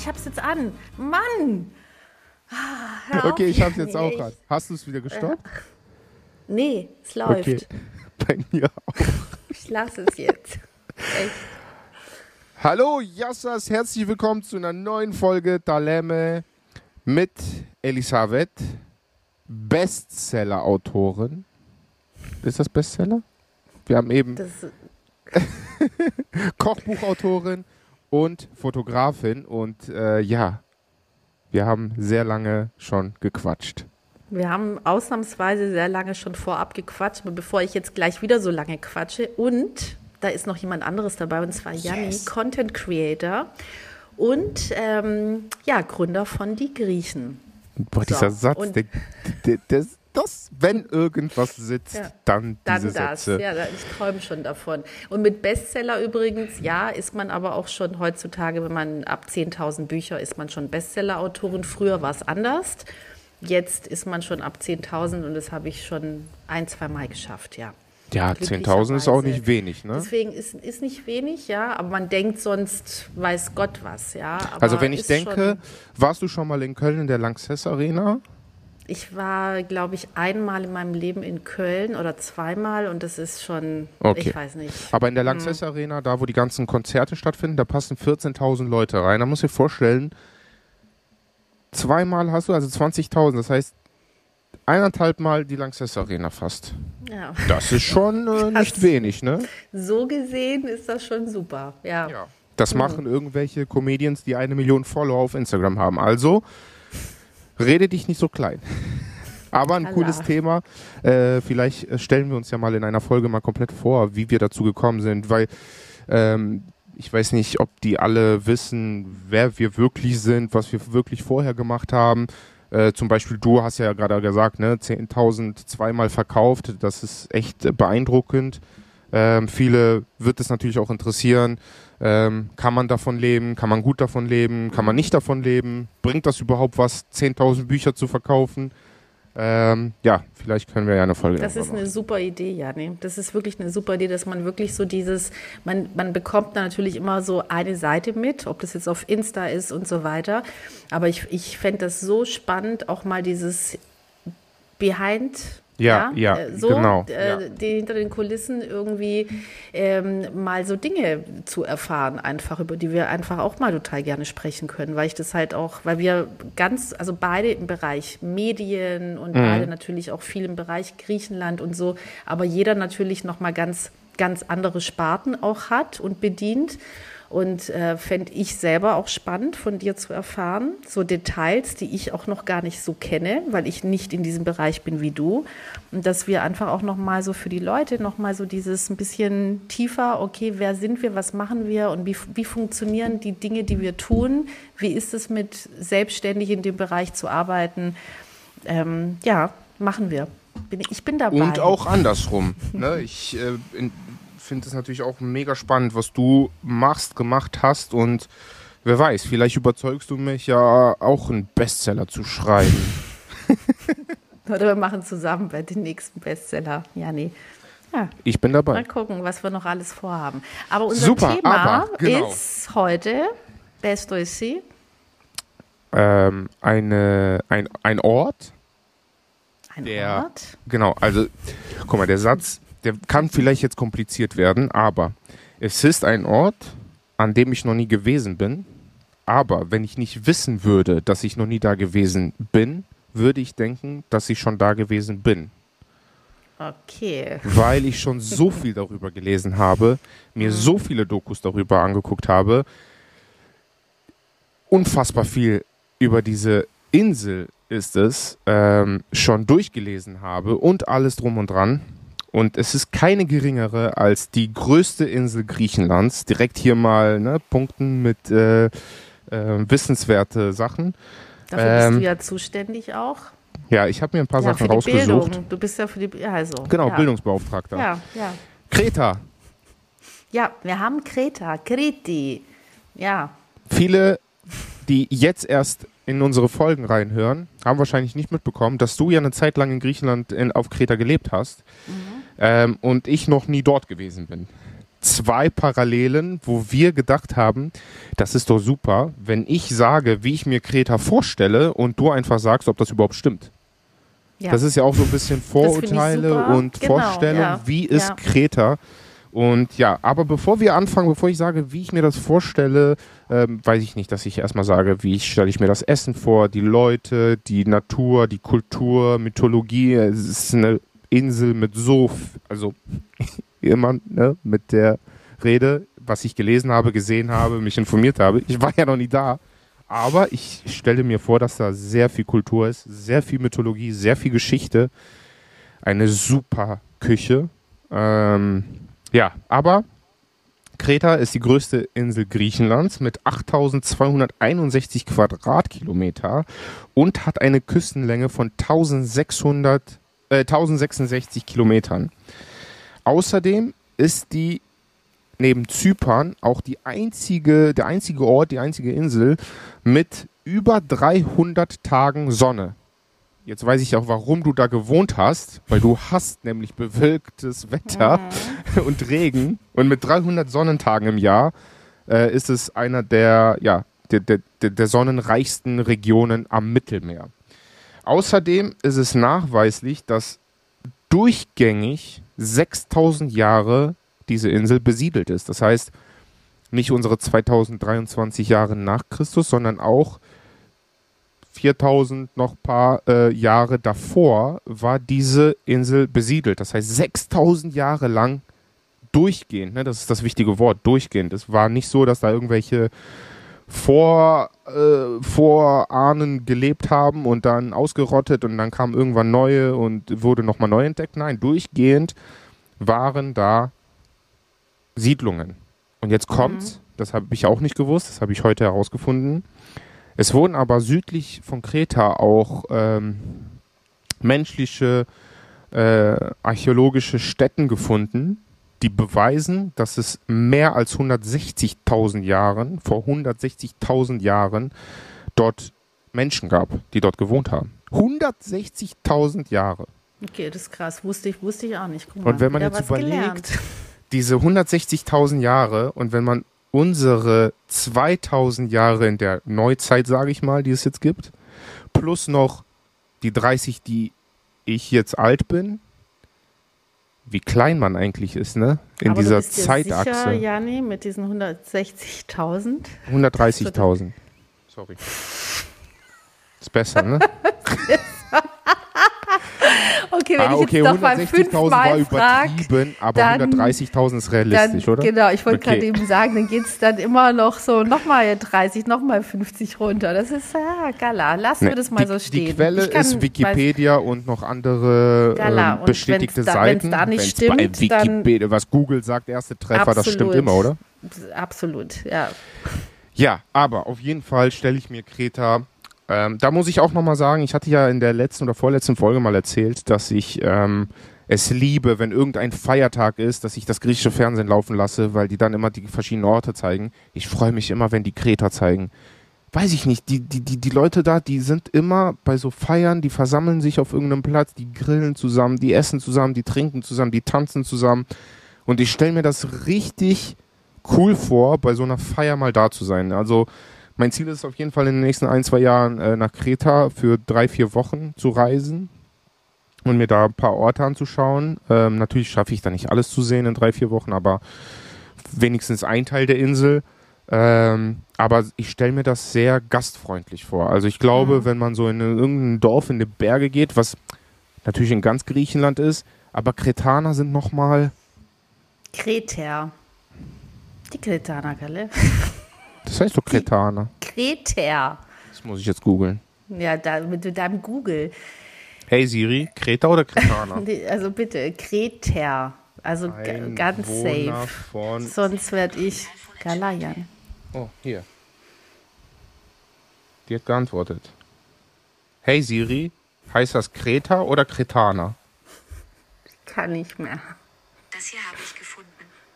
ich hab's jetzt an. Mann! Okay, ich hab's jetzt auch an. Hast du es wieder gestoppt? Nee, es läuft. Okay, bei mir auch. Ich lasse es jetzt. Echt. Hallo Yassas, herzlich willkommen zu einer neuen Folge Daleme mit Elisabeth, Bestseller-Autorin. Ist das Bestseller? Wir haben eben Kochbuchautorin und Fotografin und wir haben sehr lange schon gequatscht. Wir haben ausnahmsweise sehr lange schon vorab gequatscht, aber bevor ich jetzt gleich wieder so lange quatsche, und da ist noch jemand anderes dabei, und zwar Janni, Content Creator und Gründer von Die Griechen. Boah, dieser Satz, das, wenn irgendwas sitzt, dann diese Sätze. Ja, ich träume schon davon. Und mit Bestseller übrigens, ist man aber auch schon heutzutage, wenn man ab 10.000 Bücher ist man schon Bestseller-Autorin. Früher war es anders. Jetzt ist man schon ab 10.000 und das habe ich schon 1-2 Mal geschafft, ja. Ja, 10.000 ist auch nicht wenig, ne? Deswegen ist nicht wenig, aber man denkt sonst, weiß Gott was, Aber also wenn ich denke, warst du schon mal in Köln in der Lanxess Arena? Ich war, glaube ich, einmal in meinem Leben in Köln oder zweimal und das ist schon, okay. Ich weiß nicht. Aber in der Lanxess Arena, da wo die ganzen Konzerte stattfinden, da passen 14.000 Leute rein. Da musst du dir vorstellen, zweimal hast du, also 20.000, das heißt 1,5 Mal die Lanxess Arena fast. Ja. Das ist schon nicht wenig, ne? So gesehen ist das schon super, ja. Das machen irgendwelche Comedians, die 1 Million Follower auf Instagram haben. Also, rede dich nicht so klein. Aber ein cooles Thema. Vielleicht stellen wir uns ja mal in einer Folge mal komplett vor, wie wir dazu gekommen sind, weil ich weiß nicht, ob die alle wissen, wer wir wirklich sind, was wir wirklich vorher gemacht haben. Zum Beispiel du hast ja gerade gesagt, ne, 10.000 zweimal verkauft, das ist echt beeindruckend. Viele wird es natürlich auch interessieren, kann man davon leben, kann man gut davon leben, kann man nicht davon leben, bringt das überhaupt was, 10.000 Bücher zu verkaufen? Vielleicht können wir ja eine Folge Das ist eine super Idee, Janni. Das ist wirklich eine super Idee, dass man wirklich so man bekommt natürlich immer so eine Seite mit, ob das jetzt auf Insta ist und so weiter. Aber ich fände das so spannend, auch mal dieses Behind, genau. Die hinter den Kulissen irgendwie mal so Dinge zu erfahren, einfach, über die wir einfach auch mal total gerne sprechen können, weil ich das halt auch, weil wir beide im Bereich Medien und beide natürlich auch viel im Bereich Griechenland und so, aber jeder natürlich nochmal ganz, ganz andere Sparten auch hat und bedient. Und fände ich selber auch spannend, von dir zu erfahren, so Details, die ich auch noch gar nicht so kenne, weil ich nicht in diesem Bereich bin wie du. Und dass wir einfach auch nochmal so für die Leute nochmal so dieses ein bisschen tiefer, okay, wer sind wir, was machen wir und wie funktionieren die Dinge, die wir tun? Wie ist es mit selbstständig in dem Bereich zu arbeiten? Machen wir. Ich bin dabei. Und auch andersrum. Ne? Ich finde es natürlich auch mega spannend, was du gemacht hast und wer weiß, vielleicht überzeugst du mich ja auch einen Bestseller zu schreiben. Oder wir machen zusammen bei den nächsten Bestseller, Janni. Ja. Ich bin dabei. Mal gucken, was wir noch alles vorhaben. Aber unser Thema ist heute, Besto ist sie? Ein Ort. Ort? Genau, also guck mal, der Satz, der kann vielleicht jetzt kompliziert werden, aber es ist ein Ort, an dem ich noch nie gewesen bin. Aber wenn ich nicht wissen würde, dass ich noch nie da gewesen bin, würde ich denken, dass ich schon da gewesen bin. Okay. Weil ich schon so viel darüber gelesen habe, mir so viele Dokus darüber angeguckt habe, unfassbar viel über diese Insel ist es, schon durchgelesen habe und alles drum und dran. Und es ist keine geringere als die größte Insel Griechenlands. Direkt hier mal punkten mit wissenswerte Sachen. Dafür bist du ja zuständig auch. Ja, ich habe mir ein paar Sachen rausgesucht. Bildung. Du bist ja für die Genau, Bildungsbeauftragter. Ja. Kreta. Ja, wir haben Kreta, Kreti. Ja. Viele, die jetzt erst in unsere Folgen reinhören, haben wahrscheinlich nicht mitbekommen, dass du ja eine Zeit lang in Griechenland auf Kreta gelebt hast und ich noch nie dort gewesen bin. 2 Parallelen, wo wir gedacht haben, das ist doch super, wenn ich sage, wie ich mir Kreta vorstelle und du einfach sagst, ob das überhaupt stimmt. Ja. Das ist ja auch so ein bisschen Vorurteile und Vorstellung, wie ist Kreta. Und ja, aber bevor wir anfangen, bevor ich sage, wie ich mir das vorstelle, weiß ich nicht, dass ich erstmal sage, wie stelle ich mir das Essen vor, die Leute, die Natur, die Kultur, Mythologie. Es ist eine Insel mit also immer mit der Rede, was ich gelesen habe, gesehen habe, mich informiert habe. Ich war ja noch nie da, aber ich stelle mir vor, dass da sehr viel Kultur ist, sehr viel Mythologie, sehr viel Geschichte, eine super Küche. Ja, aber Kreta ist die größte Insel Griechenlands mit 8.261 Quadratkilometer und hat eine Küstenlänge von 1066 Kilometern. Außerdem ist die neben Zypern auch der einzige Ort, die einzige Insel mit über 300 Tagen Sonne. Jetzt weiß ich auch, warum du da gewohnt hast, weil du hast nämlich bewölktes Wetter und Regen. Und mit 300 Sonnentagen im Jahr ist es einer der sonnenreichsten Regionen am Mittelmeer. Außerdem ist es nachweislich, dass durchgängig 6000 Jahre diese Insel besiedelt ist. Das heißt, nicht unsere 2023 Jahre nach Christus, sondern auch 4000 noch ein paar Jahre davor war diese Insel besiedelt. Das heißt 6000 Jahre lang durchgehend, ne, das ist das wichtige Wort, durchgehend. Es war nicht so, dass da irgendwelche Vorahnen gelebt haben und dann ausgerottet und dann kamen irgendwann neue und wurde nochmal neu entdeckt. Nein, durchgehend waren da Siedlungen. Und jetzt kommt's, das habe ich auch nicht gewusst, das habe ich heute herausgefunden. Es wurden aber südlich von Kreta auch menschliche archäologische Stätten gefunden, die beweisen, dass es mehr als 160.000 Jahren, vor 160.000 Jahren, dort Menschen gab, die dort gewohnt haben. 160.000 Jahre. Okay, das ist krass. Wusste ich auch nicht. Guck mal, und wenn man jetzt überlegt, diese 160.000 Jahre und wenn man unsere 2000 Jahre in der Neuzeit, sage ich mal, die es jetzt gibt, plus noch die 30, die ich jetzt alt bin, wie klein man eigentlich ist, ne? In aber dieser du bist dir Zeitachse. Sicher, Jani, mit diesen 160.000? 130.000. Sorry. Ist besser, ne? Okay, wenn ich jetzt noch mal 160.000 war übertrieben, aber 130.000 ist realistisch, dann, oder? Genau, ich wollte gerade eben sagen, dann geht es dann immer noch so nochmal 30, nochmal 50 runter. Das ist Gala. Lassen wir das mal so stehen. Die Quelle ist Wikipedia und noch andere bestätigte Seiten. Wenn es da nicht stimmt, bei Wikipedia, was Google sagt, erste Treffer, das stimmt immer, oder? Absolut, ja. Ja, aber auf jeden Fall stelle ich mir Kreta. Da muss ich auch nochmal sagen, ich hatte ja in der letzten oder vorletzten Folge mal erzählt, dass ich es liebe, wenn irgendein Feiertag ist, dass ich das griechische Fernsehen laufen lasse, weil die dann immer die verschiedenen Orte zeigen. Ich freue mich immer, wenn die Kreta zeigen. Weiß ich nicht, die Leute da, die sind immer bei so Feiern, die versammeln sich auf irgendeinem Platz, die grillen zusammen, die essen zusammen, die trinken zusammen, die tanzen zusammen. Und ich stelle mir das richtig cool vor, bei so einer Feier mal da zu sein. Also mein Ziel ist auf jeden Fall in den nächsten 1-2 Jahren nach Kreta für 3-4 Wochen zu reisen und mir da ein paar Orte anzuschauen. Natürlich schaffe ich da nicht alles zu sehen in 3-4 Wochen, aber wenigstens ein Teil der Insel. Aber ich stelle mir das sehr gastfreundlich vor. Also ich glaube, wenn man so in irgendein Dorf in die Berge geht, was natürlich in ganz Griechenland ist, aber Kretaner sind nochmal... Kreter. Die Kretaner, Kalle. Das heißt doch Kretaner. Kreter. Das muss ich jetzt googeln. Ja, mit deinem Google. Hey Siri, Kreta oder Kretaner? Also bitte, Kreter. Also ganz safe. Sonst werde ich Galayan. Oh, hier. Die hat geantwortet. Hey Siri, heißt das Kreta oder Kretaner? Kann nicht mehr. Das hier habe ich gefunden.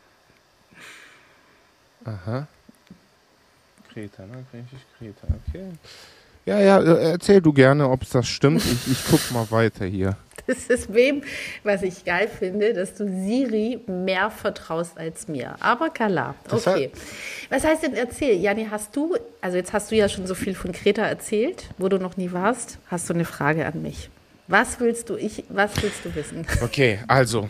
Aha. Kreta, ne? Griechisch Kreta, okay. Ja, erzähl du gerne, ob es das stimmt. Ich guck mal weiter hier. Das ist was ich geil finde, dass du Siri mehr vertraust als mir. Aber klar, okay. Was heißt denn erzähl? Jani, jetzt hast du ja schon so viel von Kreta erzählt, wo du noch nie warst. Hast du eine Frage an mich? Was willst du wissen? Okay, also,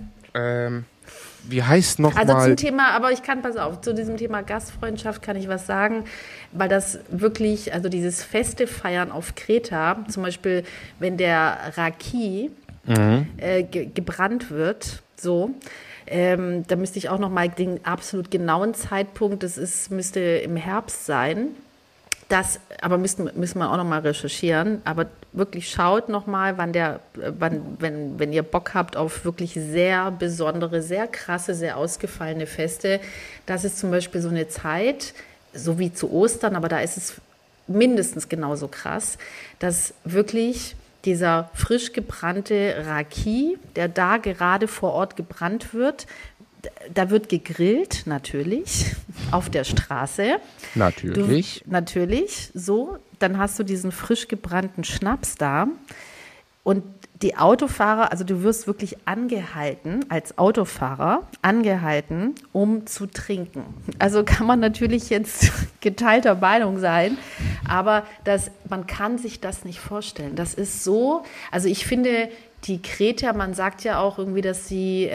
wie heißt nochmal? Also zum Thema, aber pass auf, zu diesem Thema Gastfreundschaft kann ich was sagen, weil das wirklich, also dieses feste Feiern auf Kreta, zum Beispiel, wenn der Raki gebrannt wird, so, da müsste ich auch nochmal den absolut genauen Zeitpunkt, müsste im Herbst sein. Aber müssen wir auch nochmal recherchieren. Aber wirklich schaut nochmal, wenn ihr Bock habt auf wirklich sehr besondere, sehr krasse, sehr ausgefallene Feste. Das ist zum Beispiel so eine Zeit, so wie zu Ostern, aber da ist es mindestens genauso krass, dass wirklich dieser frisch gebrannte Raki, der da gerade vor Ort gebrannt wird, da wird gegrillt, natürlich, auf der Straße. Natürlich, so. Dann hast du diesen frisch gebrannten Schnaps da. Und die Autofahrer, also du wirst wirklich als Autofahrer angehalten, um zu trinken. Also kann man natürlich jetzt geteilter Meinung sein, aber man kann sich das nicht vorstellen. Das ist so, also ich finde, die Kreter, man sagt ja auch irgendwie, dass sie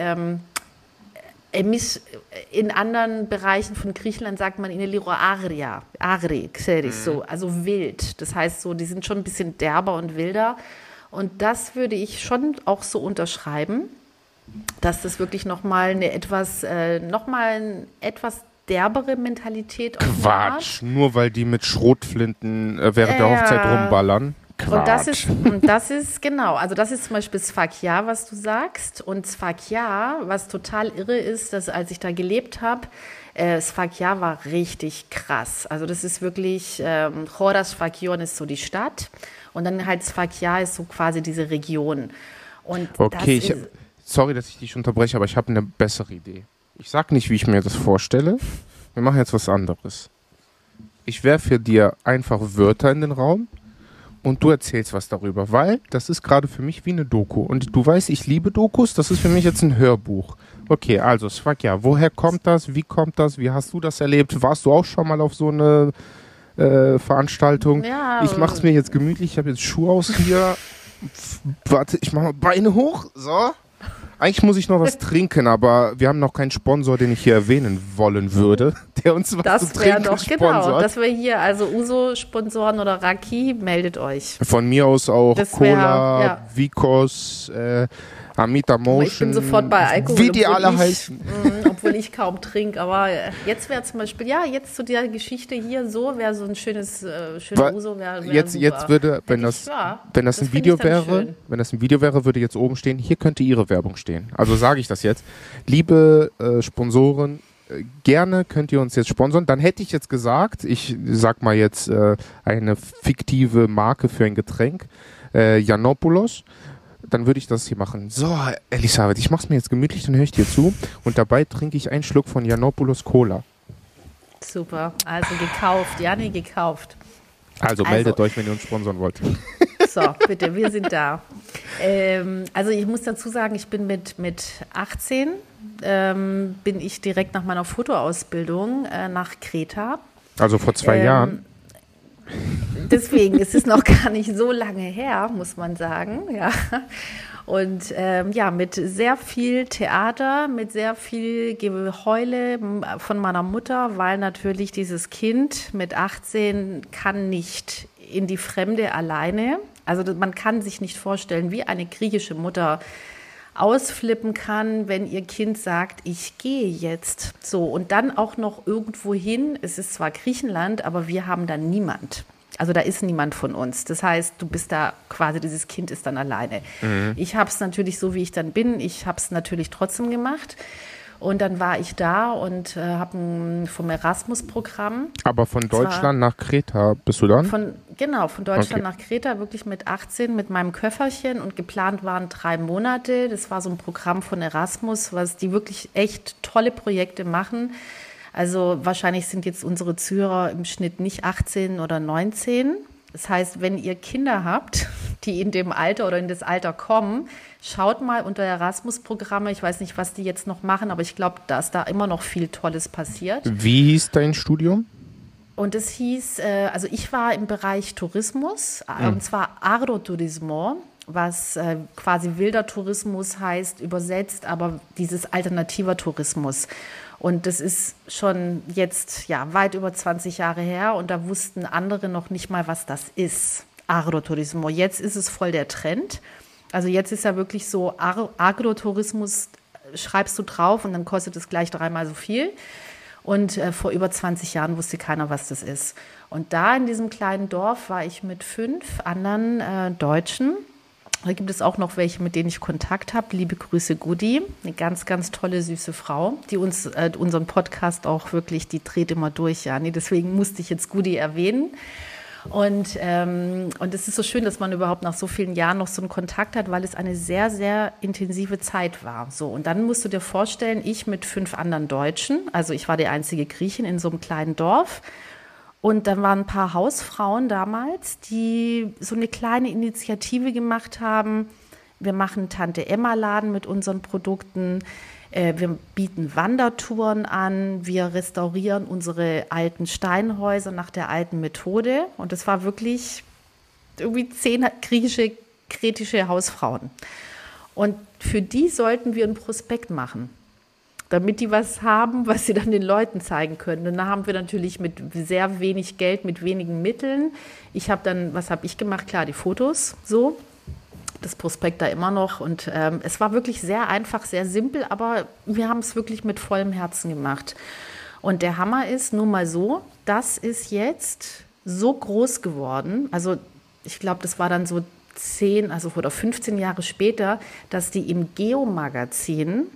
in anderen Bereichen von Griechenland sagt man Ineliro Agri, so, also wild. Das heißt so, die sind schon ein bisschen derber und wilder. Und das würde ich schon auch so unterschreiben, dass das wirklich nochmal eine etwas derbere Mentalität Quatsch, nur weil die mit Schrotflinten während der Hochzeit rumballern. Quatsch. Und das ist genau, also das ist zum Beispiel Sfakia, was du sagst. Und Sfakia, was total irre ist, dass als ich da gelebt habe, Sfakia war richtig krass. Also das ist wirklich, Choras Sfakion ist so die Stadt und dann halt Sfakia ist so quasi diese Region. Und okay, sorry, dass ich dich unterbreche, aber ich habe eine bessere Idee. Ich sag nicht, wie ich mir das vorstelle. Wir machen jetzt was anderes. Ich werfe dir einfach Wörter in den Raum und du erzählst was darüber, weil das ist gerade für mich wie eine Doku. Und du weißt, ich liebe Dokus, das ist für mich jetzt ein Hörbuch. Okay, also Sfakia, woher kommt das? Wie kommt das? Wie hast du das erlebt? Warst du auch schon mal auf so eine Veranstaltung? Ja. Ich mache es mir jetzt gemütlich, ich habe jetzt Schuhe aus hier. Warte, ich mache mal Beine hoch. So. Eigentlich muss ich noch was trinken, aber wir haben noch keinen Sponsor, den ich hier erwähnen wollen würde, der uns was zu trinken sponsort. Genau, dass wir hier, also Uso-Sponsoren oder Raki, meldet euch. Von mir aus auch Cola, Vikos, Amita Motion. Ich bin sofort bei Alkohol, wie die alle heißen. Obwohl ich kaum trinke, aber jetzt wäre zum Beispiel, jetzt zu der Geschichte hier so, wäre so ein schöner Uso, wäre jetzt würde, wenn das ein Video wäre, würde jetzt oben stehen, hier könnte Ihre Werbung stehen. Also sage ich das jetzt. Liebe Sponsoren, gerne könnt ihr uns jetzt sponsern. Dann hätte ich jetzt gesagt, ich sag mal jetzt eine fiktive Marke für ein Getränk, Janopoulos. Dann würde ich das hier machen. So, Elisabeth, ich mache es mir jetzt gemütlich, dann höre ich dir zu. Und dabei trinke ich einen Schluck von Janopoulos Cola. Super, also gekauft. Jani, gekauft. Also meldet euch, wenn ihr uns sponsern wollt. So, bitte, wir sind da. Also ich muss dazu sagen, ich bin mit 18, bin ich direkt nach meiner Fotoausbildung nach Kreta. Also vor 2 Jahren? Deswegen ist es noch gar nicht so lange her, muss man sagen. Ja. Und mit sehr viel Theater, mit sehr viel Geheule von meiner Mutter, weil natürlich dieses Kind mit 18 kann nicht in die Fremde alleine. Also man kann sich nicht vorstellen, wie eine griechische Mutter ausflippen kann, wenn ihr Kind sagt, ich gehe jetzt. So, und dann auch noch irgendwo hin. Es ist zwar Griechenland, aber wir haben da niemand. Also da ist niemand von uns. Das heißt, du bist da quasi, dieses Kind ist dann alleine. Ich habe es natürlich so, wie ich dann bin, ich habe es natürlich trotzdem gemacht. Und dann war ich da und habe vom Erasmus-Programm. Aber von Deutschland nach Kreta bist du dann? Von Deutschland nach Kreta, wirklich mit 18, mit meinem Köfferchen, und geplant waren 3 Monate. Das war so ein Programm von Erasmus, was die wirklich echt tolle Projekte machen. Also wahrscheinlich sind jetzt unsere Zuhörer im Schnitt nicht 18 oder 19, Das heißt, wenn ihr Kinder habt, die in dem Alter oder in das Alter kommen, schaut mal unter Erasmus-Programme. Ich weiß nicht, was die jetzt noch machen, aber ich glaube, dass da immer noch viel Tolles passiert. Wie hieß dein Studium? Und es hieß, also ich war im Bereich Tourismus, und zwar Agroturismo, was quasi wilder Tourismus heißt, übersetzt, aber dieses alternativer Tourismus. Und das ist schon jetzt weit über 20 Jahre her und da wussten andere noch nicht mal, was das ist, Agroturismo. Jetzt ist es voll der Trend. Also jetzt ist ja wirklich so, Agrotourismus schreibst du drauf und dann kostet es gleich 3-mal so viel. Und vor über 20 Jahren wusste keiner, was das ist. Und da in diesem kleinen Dorf war ich mit 5 anderen Deutschen. Da gibt es auch noch welche, mit denen ich Kontakt habe. Liebe Grüße, Gudi, eine ganz, ganz tolle, süße Frau, die uns unseren Podcast auch wirklich, die dreht immer durch, Jani. Deswegen musste ich jetzt Gudi erwähnen. Und es ist so schön, dass man überhaupt nach so vielen Jahren noch so einen Kontakt hat, weil es eine sehr, sehr intensive Zeit war. So, und dann musst du dir vorstellen, ich mit 5 anderen Deutschen, also ich war die einzige Griechin in so einem kleinen Dorf. Und dann waren ein paar Hausfrauen damals, die so eine kleine Initiative gemacht haben. Wir machen Tante-Emma-Laden mit unseren Produkten. Wir bieten Wandertouren an. Wir restaurieren unsere alten Steinhäuser nach der alten Methode. Und das war wirklich irgendwie 10 kretische Hausfrauen. Und für die sollten wir einen Prospekt machen, damit die was haben, was sie dann den Leuten zeigen können. Und da haben wir natürlich mit sehr wenig Geld, mit wenigen Mitteln. Ich habe dann, was habe ich gemacht? Klar, die Fotos, so. Das Prospekt da immer noch. Und es war wirklich sehr einfach, sehr simpel, aber wir haben es wirklich mit vollem Herzen gemacht. Und der Hammer ist, nur mal so, das ist jetzt so groß geworden. Also ich glaube, das war dann so 10 oder 15 Jahre später, dass die im Geo-Magazin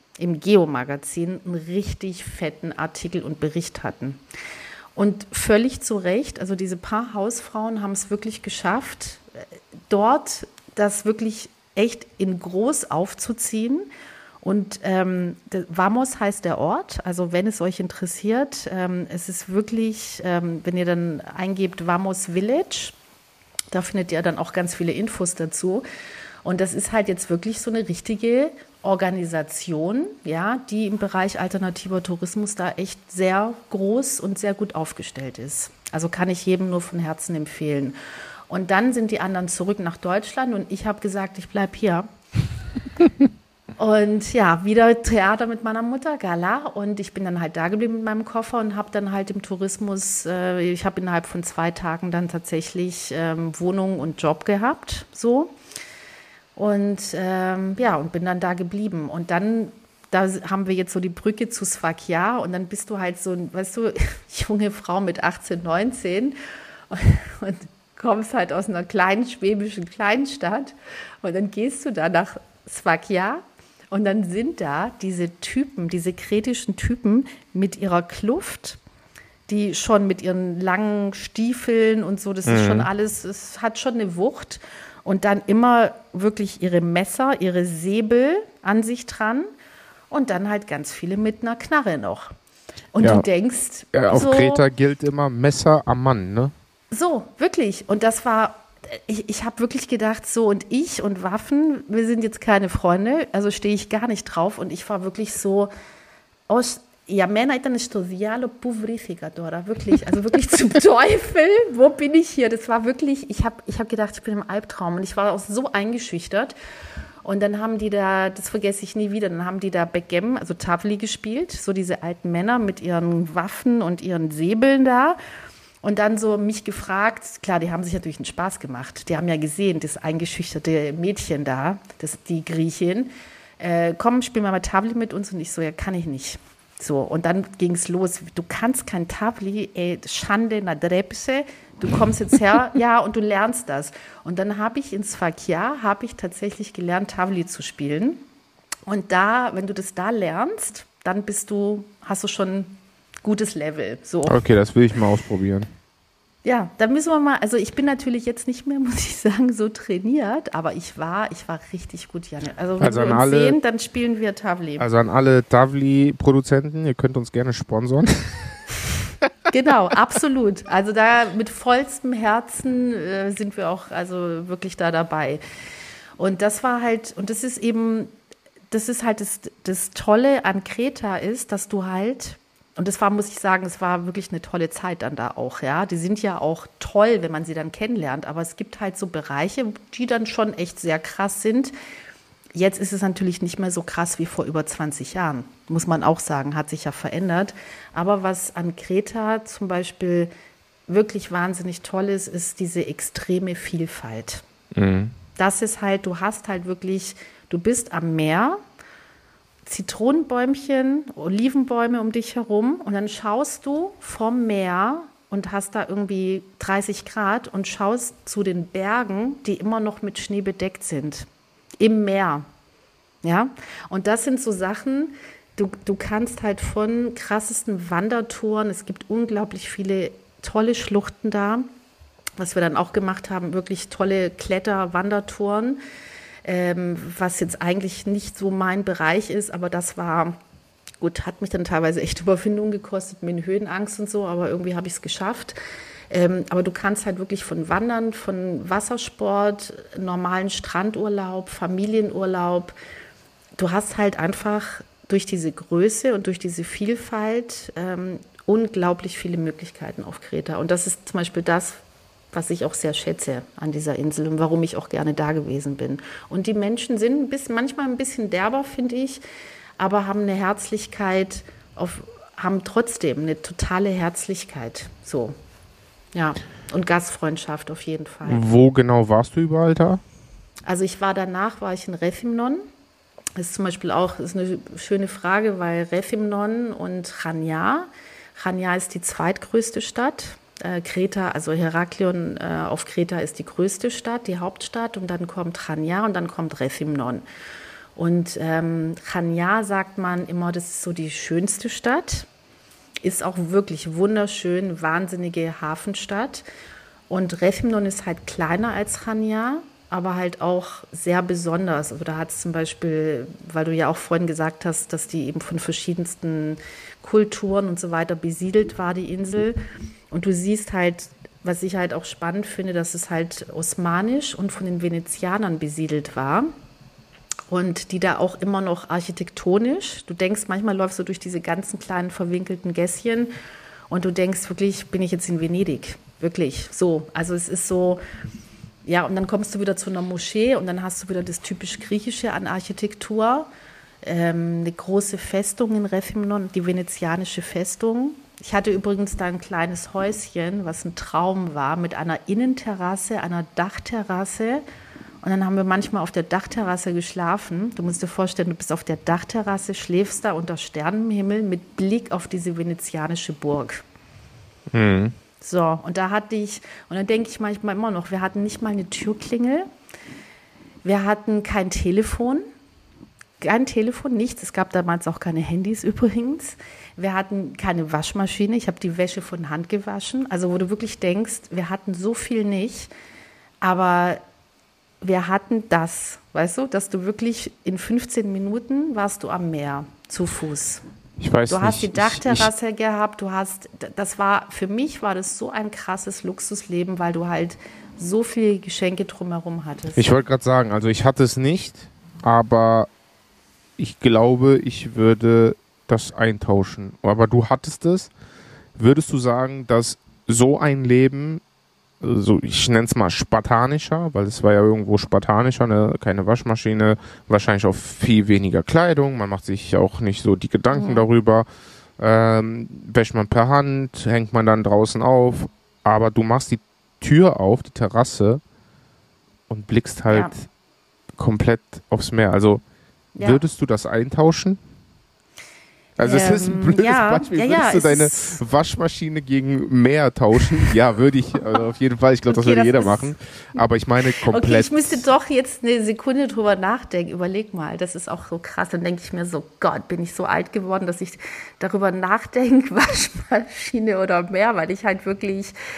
einen richtig fetten Artikel und Bericht hatten. Und völlig zu Recht, also diese paar Hausfrauen haben es wirklich geschafft, dort das wirklich echt in groß aufzuziehen. Und Vamos heißt der Ort, also wenn es euch interessiert, es ist wirklich, wenn ihr dann eingebt Vamos Village, da findet ihr dann auch ganz viele Infos dazu. Und das ist halt jetzt wirklich so eine richtige Organisation, ja, die im Bereich alternativer Tourismus da echt sehr groß und sehr gut aufgestellt ist. Also kann ich jedem nur von Herzen empfehlen. Und dann sind die anderen zurück nach Deutschland und ich habe gesagt, ich bleibe hier. Und ja, wieder Theater mit meiner Mutter, Gala. Und ich bin dann halt da geblieben mit meinem Koffer und habe dann halt im Tourismus, ich habe innerhalb von 2 Tagen dann tatsächlich Wohnung und Job gehabt, so. Und und bin dann da geblieben. Und dann, da haben wir jetzt so die Brücke zu Sfakia und dann bist du halt so, weißt du, junge Frau mit 18, 19 und kommst halt aus einer kleinen schwäbischen Kleinstadt und dann gehst du da nach Sfakia und dann sind da diese Typen, diese kretischen Typen mit ihrer Kluft, die schon mit ihren langen Stiefeln und so, das ist schon alles, es hat schon eine Wucht. Und dann immer wirklich ihre Messer, ihre Säbel an sich dran und dann halt ganz viele mit einer Knarre noch. Und du denkst... auf so, Kreta gilt immer Messer am Mann, ne? So, wirklich. Und das war... Ich habe wirklich gedacht, so und ich und Waffen, wir sind jetzt keine Freunde, also stehe ich gar nicht drauf. Und ich war wirklich so... Ja, Männer ήταν στο διάλο που βρήθηκα τώρα, wirklich, also wirklich zum Teufel, wo bin ich hier? Das war wirklich, ich hab gedacht, ich bin im Albtraum und ich war auch so eingeschüchtert. Und dann haben die da, das vergesse ich nie wieder, dann haben die da Backgammon, also Tavli gespielt, so diese alten Männer mit ihren Waffen und ihren Säbeln da. Und dann so mich gefragt, klar, die haben sich natürlich einen Spaß gemacht. Die haben ja gesehen, das eingeschüchterte Mädchen da, die Griechin, komm, spiel mal Tavli mit uns. Und ich so, ja, kann ich nicht. So, und dann ging es los. Du kannst kein Tavli, Schande na drepse. Du kommst jetzt her, ja, und du lernst das. Und dann habe ich in Sfakia tatsächlich gelernt, Tavli zu spielen. Und da, wenn du das da lernst, dann hast du schon gutes Level. So. Okay, das will ich mal ausprobieren. Ja, da müssen wir mal, also ich bin natürlich jetzt nicht mehr, muss ich sagen, so trainiert, aber ich war richtig gut, Janne. Also wenn wir uns sehen, dann spielen wir Tavli. Also an alle Tavli-Produzenten, ihr könnt uns gerne sponsoren. Genau, absolut. Also da mit vollstem Herzen sind wir auch also wirklich da dabei. Und das war halt, und das ist halt das Tolle an Kreta ist, dass du halt, und das war, muss ich sagen, es war wirklich eine tolle Zeit dann da auch, ja. Die sind ja auch toll, wenn man sie dann kennenlernt, aber es gibt halt so Bereiche, die dann schon echt sehr krass sind. Jetzt ist es natürlich nicht mehr so krass wie vor über 20 Jahren, muss man auch sagen, hat sich ja verändert. Aber was an Kreta zum Beispiel wirklich wahnsinnig toll ist, ist diese extreme Vielfalt. Mhm. Das ist halt, du hast halt wirklich, du bist am Meer, Zitronenbäumchen, Olivenbäume um dich herum und dann schaust du vom Meer und hast da irgendwie 30 Grad und schaust zu den Bergen, die immer noch mit Schnee bedeckt sind. Im Meer, ja, und das sind so Sachen, du kannst halt von krassesten Wandertouren, es gibt unglaublich viele tolle Schluchten da, was wir dann auch gemacht haben, wirklich tolle Kletter-Wandertouren, was jetzt eigentlich nicht so mein Bereich ist, aber das war, gut, hat mich dann teilweise echt Überwindung gekostet mit Höhenangst und so, aber irgendwie habe ich es geschafft. Aber du kannst halt wirklich von Wandern, von Wassersport, normalen Strandurlaub, Familienurlaub. Du hast halt einfach durch diese Größe und durch diese Vielfalt unglaublich viele Möglichkeiten auf Kreta. Und das ist zum Beispiel das, was ich auch sehr schätze an dieser Insel und warum ich auch gerne da gewesen bin. Und die Menschen sind manchmal ein bisschen derber, finde ich, aber haben eine Herzlichkeit, haben trotzdem eine totale Herzlichkeit. So. Ja, und Gastfreundschaft auf jeden Fall. Wo genau warst du überall da? Also war ich in Rethymnon. Das ist zum Beispiel auch ist eine schöne Frage, weil Rethymnon und Chania ist die zweitgrößte Stadt. Kreta, also Heraklion auf Kreta ist die größte Stadt, die Hauptstadt. Und dann kommt Chania und dann kommt Rethymnon. Und Chania sagt man immer, das ist so die schönste Stadt. Ist auch wirklich wunderschön, wahnsinnige Hafenstadt. Und Rethymnon ist halt kleiner als Chania, aber halt auch sehr besonders. Also da hat es zum Beispiel, weil du ja auch vorhin gesagt hast, dass die eben von verschiedensten Kulturen und so weiter besiedelt war, die Insel. Und du siehst halt, was ich halt auch spannend finde, dass es halt osmanisch und von den Venezianern besiedelt war. Und die da auch immer noch architektonisch, du denkst, manchmal läufst du durch diese ganzen kleinen verwinkelten Gässchen und du denkst wirklich, bin ich jetzt in Venedig? Wirklich, so. Also es ist so, ja, und dann kommst du wieder zu einer Moschee und dann hast du wieder das typisch Griechische an Architektur. Eine große Festung in Rethymnon, die venezianische Festung. Ich hatte übrigens da ein kleines Häuschen, was ein Traum war, mit einer Innenterrasse, einer Dachterrasse. Und dann haben wir manchmal auf der Dachterrasse geschlafen. Du musst dir vorstellen, du bist auf der Dachterrasse, schläfst da unter Sternenhimmel mit Blick auf diese venezianische Burg. Mhm. So, und da hatte ich, und dann denke ich manchmal immer noch, wir hatten nicht mal eine Türklingel. Wir hatten kein Telefon. Nichts. Es gab damals auch keine Handys übrigens. Wir hatten keine Waschmaschine. Ich habe die Wäsche von Hand gewaschen. Also wo du wirklich denkst, wir hatten so viel nicht. Aber wir hatten das, weißt du, dass du wirklich in 15 Minuten warst du am Meer zu Fuß. Ich weiß du nicht. hast die Dachterrasse gehabt, für mich war das so ein krasses Luxusleben, weil du halt so viele Geschenke drumherum hattest. Ich wollte gerade sagen, also ich hatte es nicht, aber ich glaube, ich würde das eintauschen. Aber du hattest es. Würdest du sagen, dass so ein Leben, so ich nenne es mal spartanischer, weil es war ja irgendwo spartanischer, ne? Keine Waschmaschine, wahrscheinlich auch viel weniger Kleidung, man macht sich auch nicht so die Gedanken darüber, wäscht man per Hand, hängt man dann draußen auf, aber du machst die Tür auf, die Terrasse und blickst halt komplett aufs Meer. Also würdest du das eintauschen? Also es ist ein blödes Beispiel. Würdest du deine Waschmaschine gegen Meer tauschen? Ja, würde ich auf jeden Fall. Ich glaube, das würde jeder machen. Aber ich meine komplett. Okay, ich müsste doch jetzt eine Sekunde drüber nachdenken. Überleg mal, das ist auch so krass. Dann denke ich mir so, Gott, bin ich so alt geworden, dass ich darüber nachdenke, Waschmaschine oder Meer, weil ich halt wirklich,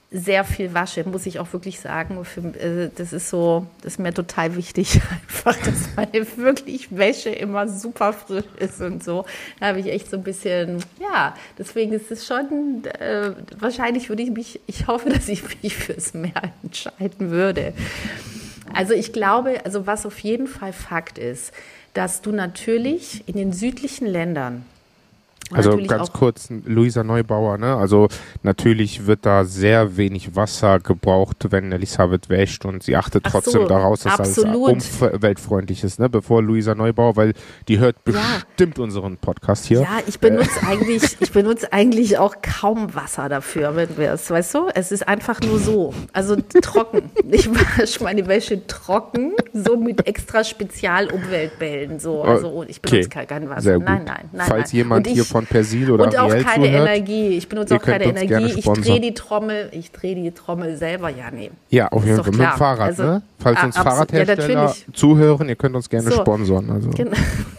sehr viel wasche, muss ich auch wirklich sagen. Das ist mir total wichtig, einfach, dass meine wirklich Wäsche immer super frisch ist und so. Da habe ich echt so ein bisschen, ja, deswegen ist es schon, wahrscheinlich ich hoffe, dass ich mich fürs Meer entscheiden würde. Also ich glaube, also was auf jeden Fall Fakt ist, dass du natürlich in den südlichen Ländern, also ganz kurz, Luisa Neubauer, ne? Also natürlich wird da sehr wenig Wasser gebraucht, wenn Elisabeth wäscht und sie achtet trotzdem daraus, dass alles umweltfreundlich ist, ne? Bevor Luisa Neubauer, weil die hört bestimmt unseren Podcast hier. Ja, ich benutze eigentlich auch kaum Wasser dafür, wenn wir es, weißt du? Es ist einfach nur so, also trocken. Ich wasche meine Wäsche trocken, so mit extra Spezial-Umweltbällen, so. Also ich benutze kein Wasser. Sehr gut. Nein. Falls jemand hier von Persil oder und auch Ariel keine zuhört, Energie. Ich benutze auch keine Energie. Ich drehe die Trommel selber. Ja, nee. Ja, auf jeden Fall. Mit dem Fahrrad, also, ne? Falls uns Fahrradhersteller zuhören, ihr könnt uns gerne sponsern. Also. Genau.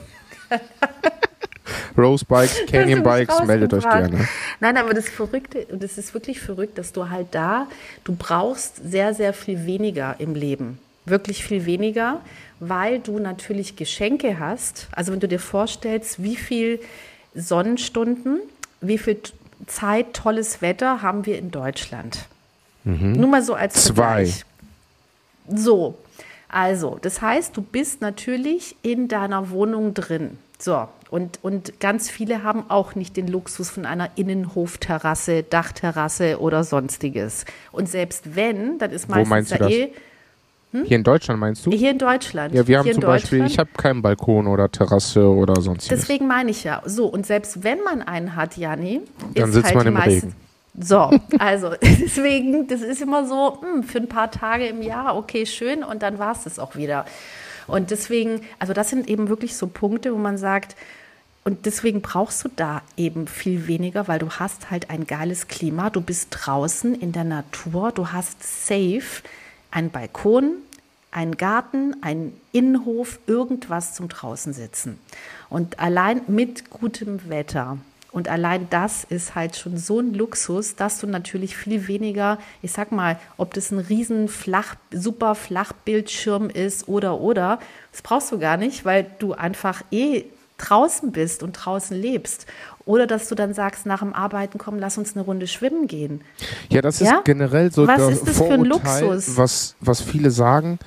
Rose Bikes, Canyon Bikes, meldet euch gerne. Nein, aber das ist wirklich verrückt, dass du halt du brauchst sehr, sehr viel weniger im Leben. Wirklich viel weniger, weil du natürlich Geschenke hast. Also wenn du dir vorstellst, wie viel Sonnenstunden, wie viel Zeit, tolles Wetter haben wir in Deutschland. Nur mal so als Vergleich. 2. So, also das heißt, du bist natürlich in deiner Wohnung drin. So, und ganz viele haben auch nicht den Luxus von einer Innenhofterrasse, Dachterrasse oder sonstiges. Und selbst wenn, dann ist meistens Hier in Deutschland meinst du? Hier in Deutschland. Ja, wir haben zum Beispiel, ich habe keinen Balkon oder Terrasse oder sonstiges. Deswegen meine ich ja. So, und selbst wenn man einen hat, Janni, dann sitzt man im Regen. So, also deswegen, das ist immer so, für ein paar Tage im Jahr, okay, schön, und dann war es das auch wieder. Und deswegen, also das sind eben wirklich so Punkte, wo man sagt, und deswegen brauchst du da eben viel weniger, weil du hast halt ein geiles Klima, du bist draußen in der Natur, du hast safe ein Balkon, einen Garten, einen Innenhof, irgendwas zum draußen sitzen. Und allein mit gutem Wetter. Und allein das ist halt schon so ein Luxus, dass du natürlich viel weniger, ich sag mal, ob das ein riesen super Flachbildschirm ist oder, das brauchst du gar nicht, weil du einfach draußen bist und draußen lebst. Oder dass du dann sagst, nach dem Arbeiten, komm, lass uns eine Runde schwimmen gehen. Ja, das ist generell so was ist das Vorurteil, für ein Luxus? Was viele sagen,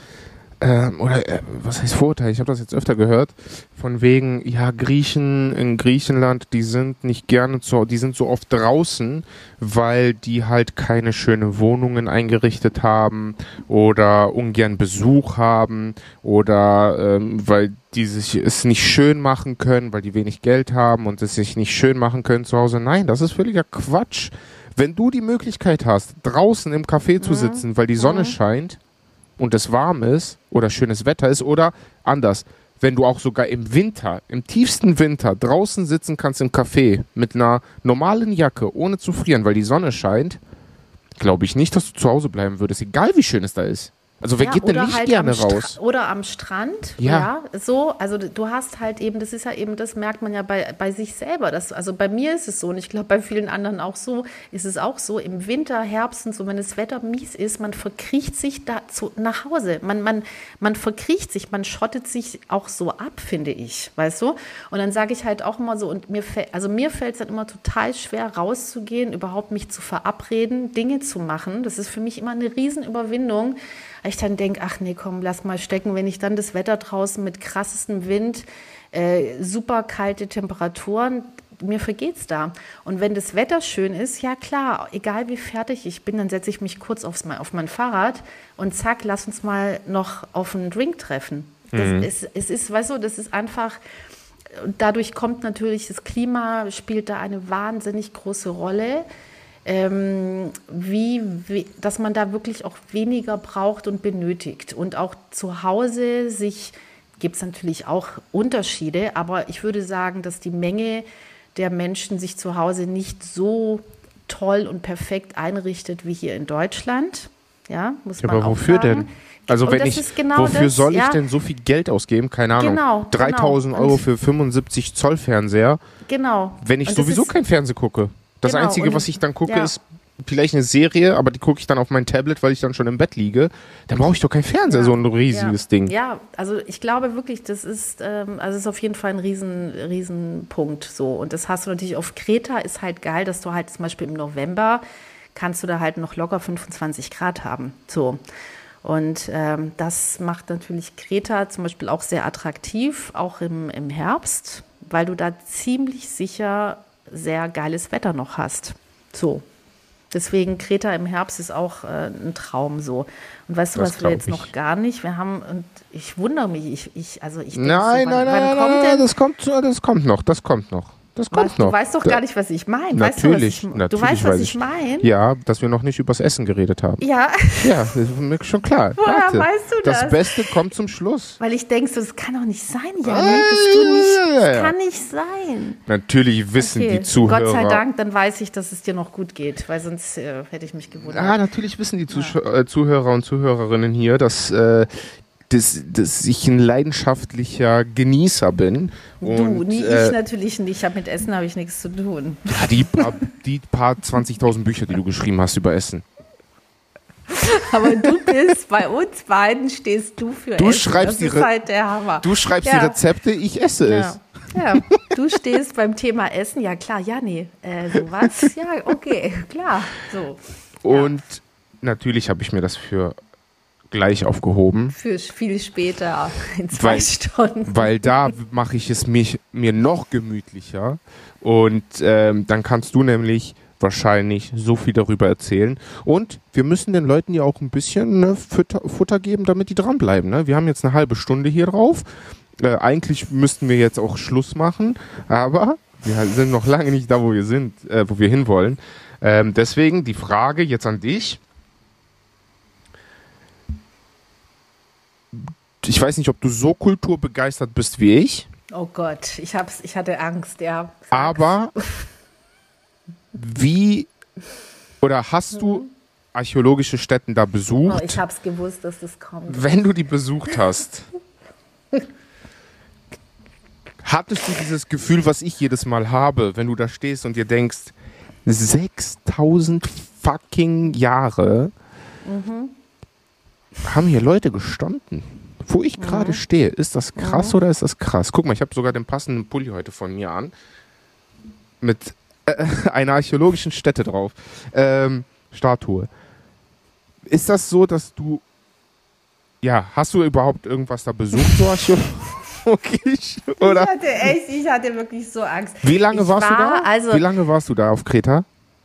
was heißt Vorurteil? Ich habe das jetzt öfter gehört, von wegen, ja, Griechen in Griechenland, die sind nicht gerne die sind so oft draußen, weil die halt keine schönen Wohnungen eingerichtet haben oder ungern Besuch haben oder weil die es nicht schön machen können, weil die wenig Geld haben und es sich nicht schön machen können zu Hause. Nein, das ist völliger Quatsch. Wenn du die Möglichkeit hast, draußen im Café zu sitzen, weil die Sonne scheint und es warm ist oder schönes Wetter ist oder anders, wenn du auch sogar im Winter, im tiefsten Winter draußen sitzen kannst im Café mit einer normalen Jacke, ohne zu frieren, weil die Sonne scheint, glaube ich nicht, dass du zu Hause bleiben würdest, egal wie schön es da ist. Also wer geht denn nicht halt gerne raus? Oder am Strand, so. Also du hast halt eben, das ist ja eben, das merkt man ja bei sich selber. Also bei mir ist es so und ich glaube bei vielen anderen auch so, ist es auch so, im Winter, Herbst und so, wenn das Wetter mies ist, man verkriecht sich nach Hause. Man verkriecht sich, man schottet sich auch so ab, finde ich, weißt du? Und dann sage ich halt auch immer so, und mir fällt es dann immer total schwer, rauszugehen, überhaupt mich zu verabreden, Dinge zu machen. Das ist für mich immer eine Riesenüberwindung. Ich dann denke, ach nee, komm, lass mal stecken, wenn ich dann das Wetter draußen mit krassestem Wind, super kalte Temperaturen, mir vergeht's da. Und wenn das Wetter schön ist, ja klar, egal wie fertig ich bin, dann setze ich mich kurz auf mein Fahrrad und zack, lass uns mal noch auf einen Drink treffen. Es ist, weißt du, das ist einfach, dadurch kommt natürlich, das Klima spielt da eine wahnsinnig große Rolle. Dass man da wirklich auch weniger braucht und benötigt. Und auch zu Hause gibt es natürlich auch Unterschiede, aber ich würde sagen, dass die Menge der Menschen sich zu Hause nicht so toll und perfekt einrichtet wie hier in Deutschland. Ja, muss man aber auch wofür sagen. denn? Also wofür soll ich denn so viel Geld ausgeben? Keine Ahnung. 3.000 Euro für 75 Zoll Fernseher. Genau. Wenn ich sowieso kein Fernsehen gucke. Das Einzige, was ich dann gucke, ist vielleicht eine Serie, aber die gucke ich dann auf mein Tablet, weil ich dann schon im Bett liege. Dann brauche ich doch keinen Fernseher, so ein riesiges Ding. Ja, also ich glaube wirklich, das ist, also ist auf jeden Fall ein riesen Punkt so. Und das hast du natürlich auf Kreta, ist halt geil, dass du halt zum Beispiel im November kannst du da halt noch locker 25 Grad haben. So. Und das macht natürlich Kreta zum Beispiel auch sehr attraktiv, auch im Herbst, weil du da ziemlich sicher sehr geiles Wetter noch hast. So. Deswegen Kreta im Herbst ist auch ein Traum so. Und weißt du, was wir jetzt noch gar nicht? Wir haben, und ich wundere mich, also ich denke, nein, das kommt noch. Du weißt doch gar nicht, was ich meine. Natürlich, du weißt, was ich meine? Ja, dass wir noch nicht übers Essen geredet haben. Ja. Ja, das ist mir schon klar. Woher weißt du das? Das Beste kommt zum Schluss. Weil ich denke, das kann doch nicht sein, Janik. Das kann nicht sein. Natürlich wissen die Zuhörer. Gott sei Dank, dann weiß ich, dass es dir noch gut geht, weil sonst hätte ich mich gewundert. Ja, natürlich wissen die Zuhörer und Zuhörerinnen hier, dass ich ein leidenschaftlicher Genießer bin. Ich natürlich nicht. Mit Essen habe ich nichts zu tun. Ja, die paar 20.000 Bücher, die du geschrieben hast über Essen. Aber du bist, bei uns beiden stehst du für Essen. Das ist halt der Hammer. Du schreibst die Rezepte, ich esse es. Ja, du stehst beim Thema Essen. Ja klar, sowas. Ja, okay, klar. So. Und natürlich habe ich mir das für gleich aufgehoben. Für viel später, in 2 Stunden. Weil da mache ich es mir noch gemütlicher und dann kannst du nämlich wahrscheinlich so viel darüber erzählen. Und wir müssen den Leuten ja auch ein bisschen Futter geben, damit die dranbleiben. Ne? Wir haben jetzt eine halbe Stunde hier drauf. Eigentlich müssten wir jetzt auch Schluss machen, aber wir sind noch lange nicht da, wo wir hinwollen. Deswegen die Frage jetzt an dich. Ich weiß nicht, ob du so kulturbegeistert bist wie ich. Oh Gott, ich hatte Angst, ja. Aber hast du archäologische Stätten da besucht? Oh, ich habe es gewusst, dass das kommt. Wenn du die besucht hast, hattest du dieses Gefühl, was ich jedes Mal habe, wenn du da stehst und dir denkst, 6000 fucking Jahre haben hier Leute gestanden? Wo ich gerade stehe, ist das krass oder ist das krass? Guck mal, ich habe sogar den passenden Pulli heute von mir an. Mit einer archäologischen Stätte drauf. Statue. Ist das so, dass du... Ja, hast du überhaupt irgendwas da besucht, so archäologisch? Oder? Ich hatte wirklich so Angst. Wie lange warst du da? Wie lange warst du da auf Kreta?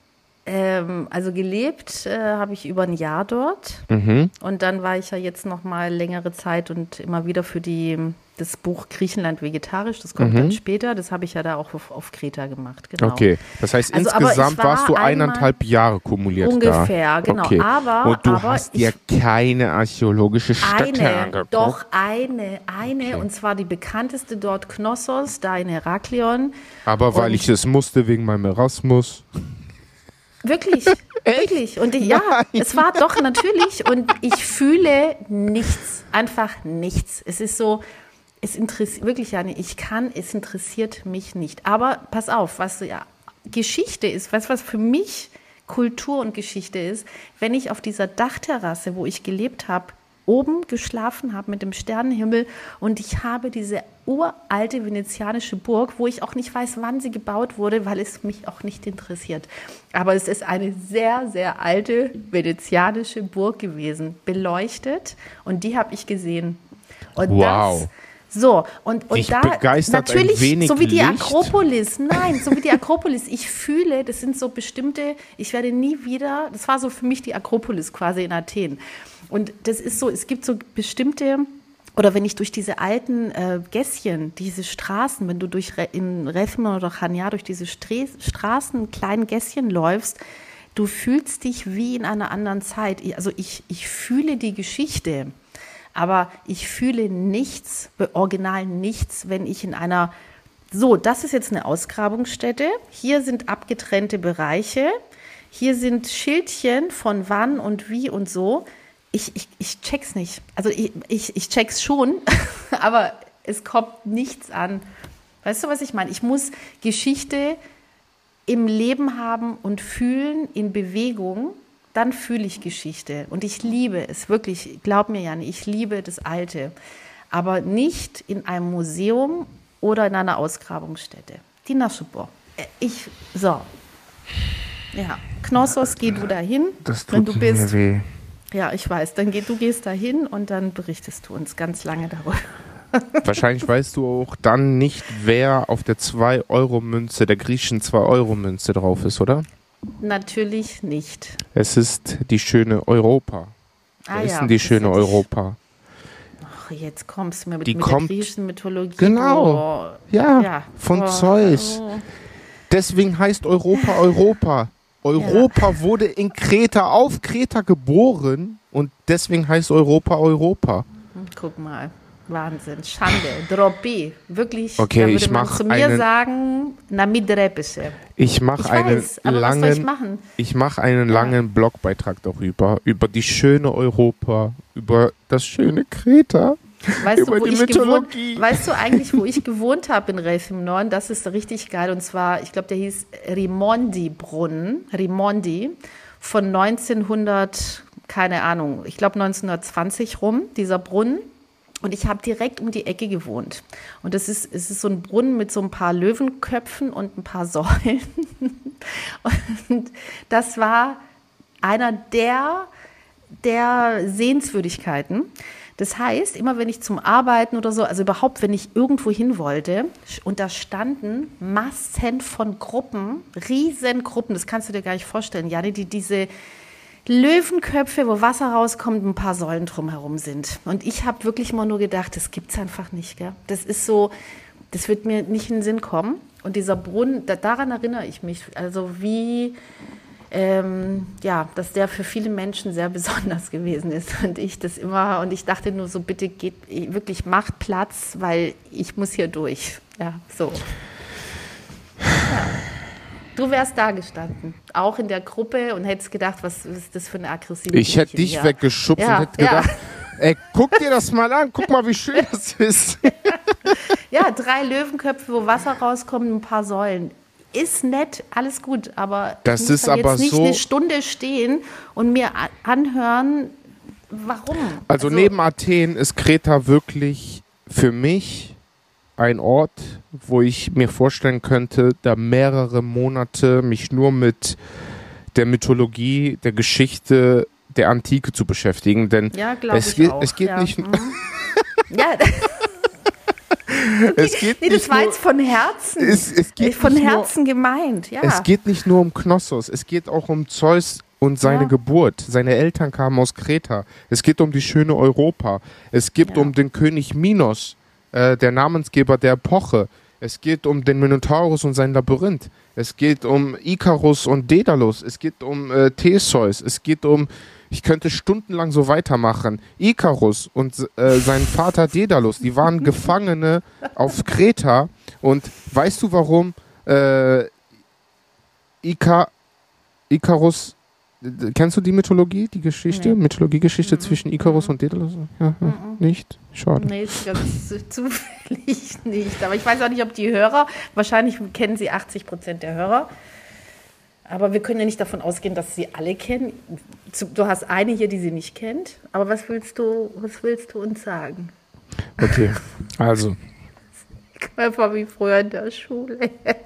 Also gelebt habe ich über ein Jahr dort und dann war ich ja jetzt noch mal längere Zeit und immer wieder für das Buch Griechenland vegetarisch, das kommt dann später, das habe ich ja da auch auf Kreta gemacht. Genau. Okay, das heißt insgesamt warst du 1,5 Jahre kumuliert ungefähr, da. Genau. Okay. Und du hast dir keine archäologische Stätte angeguckt? Doch, eine, okay. Und zwar die bekannteste dort, Knossos, da in Heraklion. Aber weil ich es musste wegen meinem Erasmus... Wirklich, wirklich. Und es war doch natürlich. Und ich fühle nichts, einfach nichts. Es ist so, es interessiert, wirklich, Jani, es interessiert mich nicht. Aber pass auf, was Geschichte ist, was für mich Kultur und Geschichte ist, wenn ich auf dieser Dachterrasse, wo ich gelebt habe, oben geschlafen habe mit dem Sternenhimmel und ich habe diese uralte venezianische Burg, wo ich auch nicht weiß, wann sie gebaut wurde, weil es mich auch nicht interessiert. Aber es ist eine sehr, sehr alte venezianische Burg gewesen, beleuchtet und die habe ich gesehen. Und wow. Und ich da natürlich, so wie die Akropolis, ich fühle, das sind so bestimmte, ich werde nie wieder, das war so für mich die Akropolis quasi in Athen. Und das ist so, es gibt so bestimmte, oder wenn ich durch diese alten Gässchen, diese Straßen, wenn du in Rethymnon oder Chania durch diese Straßen, kleinen Gässchen läufst, du fühlst dich wie in einer anderen Zeit. Also ich fühle die Geschichte. Aber ich fühle nichts, original nichts, wenn ich in einer, das ist jetzt eine Ausgrabungsstätte, hier sind abgetrennte Bereiche, hier sind Schildchen von wann und wie und so. Ich check's nicht. Also ich check's schon, aber es kommt nichts an. Weißt du, was ich meine? Ich muss Geschichte im Leben haben und fühlen, in Bewegung, dann fühle ich Geschichte. Und ich liebe es, wirklich, glaub mir, Jan, ich liebe das Alte. Aber nicht in einem Museum oder in einer Ausgrabungsstätte. Die Naschubo. So. Ja, Knossos, geh du dahin. Das tut wenn du bist. mir weh. Ja, ich weiß. Du gehst dahin und dann berichtest du uns ganz lange darüber. Wahrscheinlich weißt du auch dann nicht, wer auf der 2-Euro-Münze, der griechischen 2-Euro-Münze drauf ist, oder? Natürlich nicht. Es ist die schöne Europa. Wer ist denn die schöne Europa? Ach, jetzt kommst du mir mit Die der kommt- griechischen Mythologie. Genau. Ja, von Zeus. Oh. Deswegen heißt Europa Europa. Europa wurde in Kreta, auf Kreta geboren und deswegen heißt Europa Europa. Guck mal. Wahnsinn, Schande, Dropi, wirklich. Okay, da würde ich man mach zu mir einen- sagen, na mi drepische. Ich mache einen weiß, aber was soll ich langen, machen? langen Blogbeitrag darüber, über die schöne Europa, über das schöne Kreta, Weißt über du, wo die ich Mythologie. weißt du eigentlich, wo ich gewohnt habe in Rethymnon? Das ist richtig geil. Und zwar, ich glaube, der hieß Rimondi-Brunnen, Rimondi, von 1900, keine Ahnung, ich glaube 1920 rum, dieser Brunnen. Und ich habe direkt um die Ecke gewohnt. Und es ist so ein Brunnen mit so ein paar Löwenköpfen und ein paar Säulen. Und das war einer der Sehenswürdigkeiten. Das heißt, immer wenn ich zum Arbeiten oder so, also überhaupt, wenn ich irgendwo hin wollte, und da standen Massen von Gruppen, Riesengruppen, das kannst du dir gar nicht vorstellen, Janne, die diese Löwenköpfe, wo Wasser rauskommt, ein paar Säulen drumherum sind. Und ich habe wirklich mal nur gedacht, das gibt's einfach nicht, gell? Das ist so, das wird mir nicht in den Sinn kommen. Und dieser Brunnen, daran erinnere ich mich, also wie, dass der für viele Menschen sehr besonders gewesen ist. Und ich dachte nur so, bitte wirklich macht Platz, weil ich muss hier durch. Ja, so. Ja. Du wärst da gestanden, auch in der Gruppe und hättest gedacht, was ist das für eine aggressive Ich hätte dich hier? weggeschubst Ja, und hätte gedacht, ey, guck dir das mal an, guck mal, wie schön das ist. Ja, 3 Löwenköpfe, wo Wasser rauskommt, ein paar Säulen. Ist nett, alles gut, aber Das ich muss ist da aber jetzt nicht so- eine Stunde stehen und mir anhören, warum. Also neben Athen ist Kreta wirklich für mich ein Ort, wo ich mir vorstellen könnte, da mehrere Monate mich nur mit der Mythologie, der Geschichte der Antike zu beschäftigen, denn Ja, glaube ich geht, auch. es geht ja. nicht, Ja, es geht nee, das nicht war nur, jetzt von Herzen. es geht von nicht nur, Herzen gemeint, ja. es geht nicht nur um Knossos, es geht auch um Zeus und seine Ja. Geburt. Seine Eltern kamen aus Kreta. Es geht um die schöne Europa. Es geht Ja. um den König Minos, der Namensgeber der Epoche. Es geht um den Minotaurus und sein Labyrinth. Es geht um Ikarus und Daedalus. Es geht um Theseus. Es geht um, ich könnte stundenlang so weitermachen. Ikarus und sein Vater Daedalus, die waren Gefangene auf Kreta. Und weißt du, warum Ikarus, kennst du die Mythologie, die Geschichte? Nee. Mythologie-Geschichte zwischen Ikarus und Daedalus? Ja, nicht? Schade. Nee, ist ganz zufällig nicht. Aber ich weiß auch nicht, ob die Hörer, wahrscheinlich kennen sie 80% der Hörer. Aber wir können ja nicht davon ausgehen, dass sie alle kennen. Du hast eine hier, die sie nicht kennt. Aber was willst du uns sagen? Okay, also. Einfach wie früher in der Schule.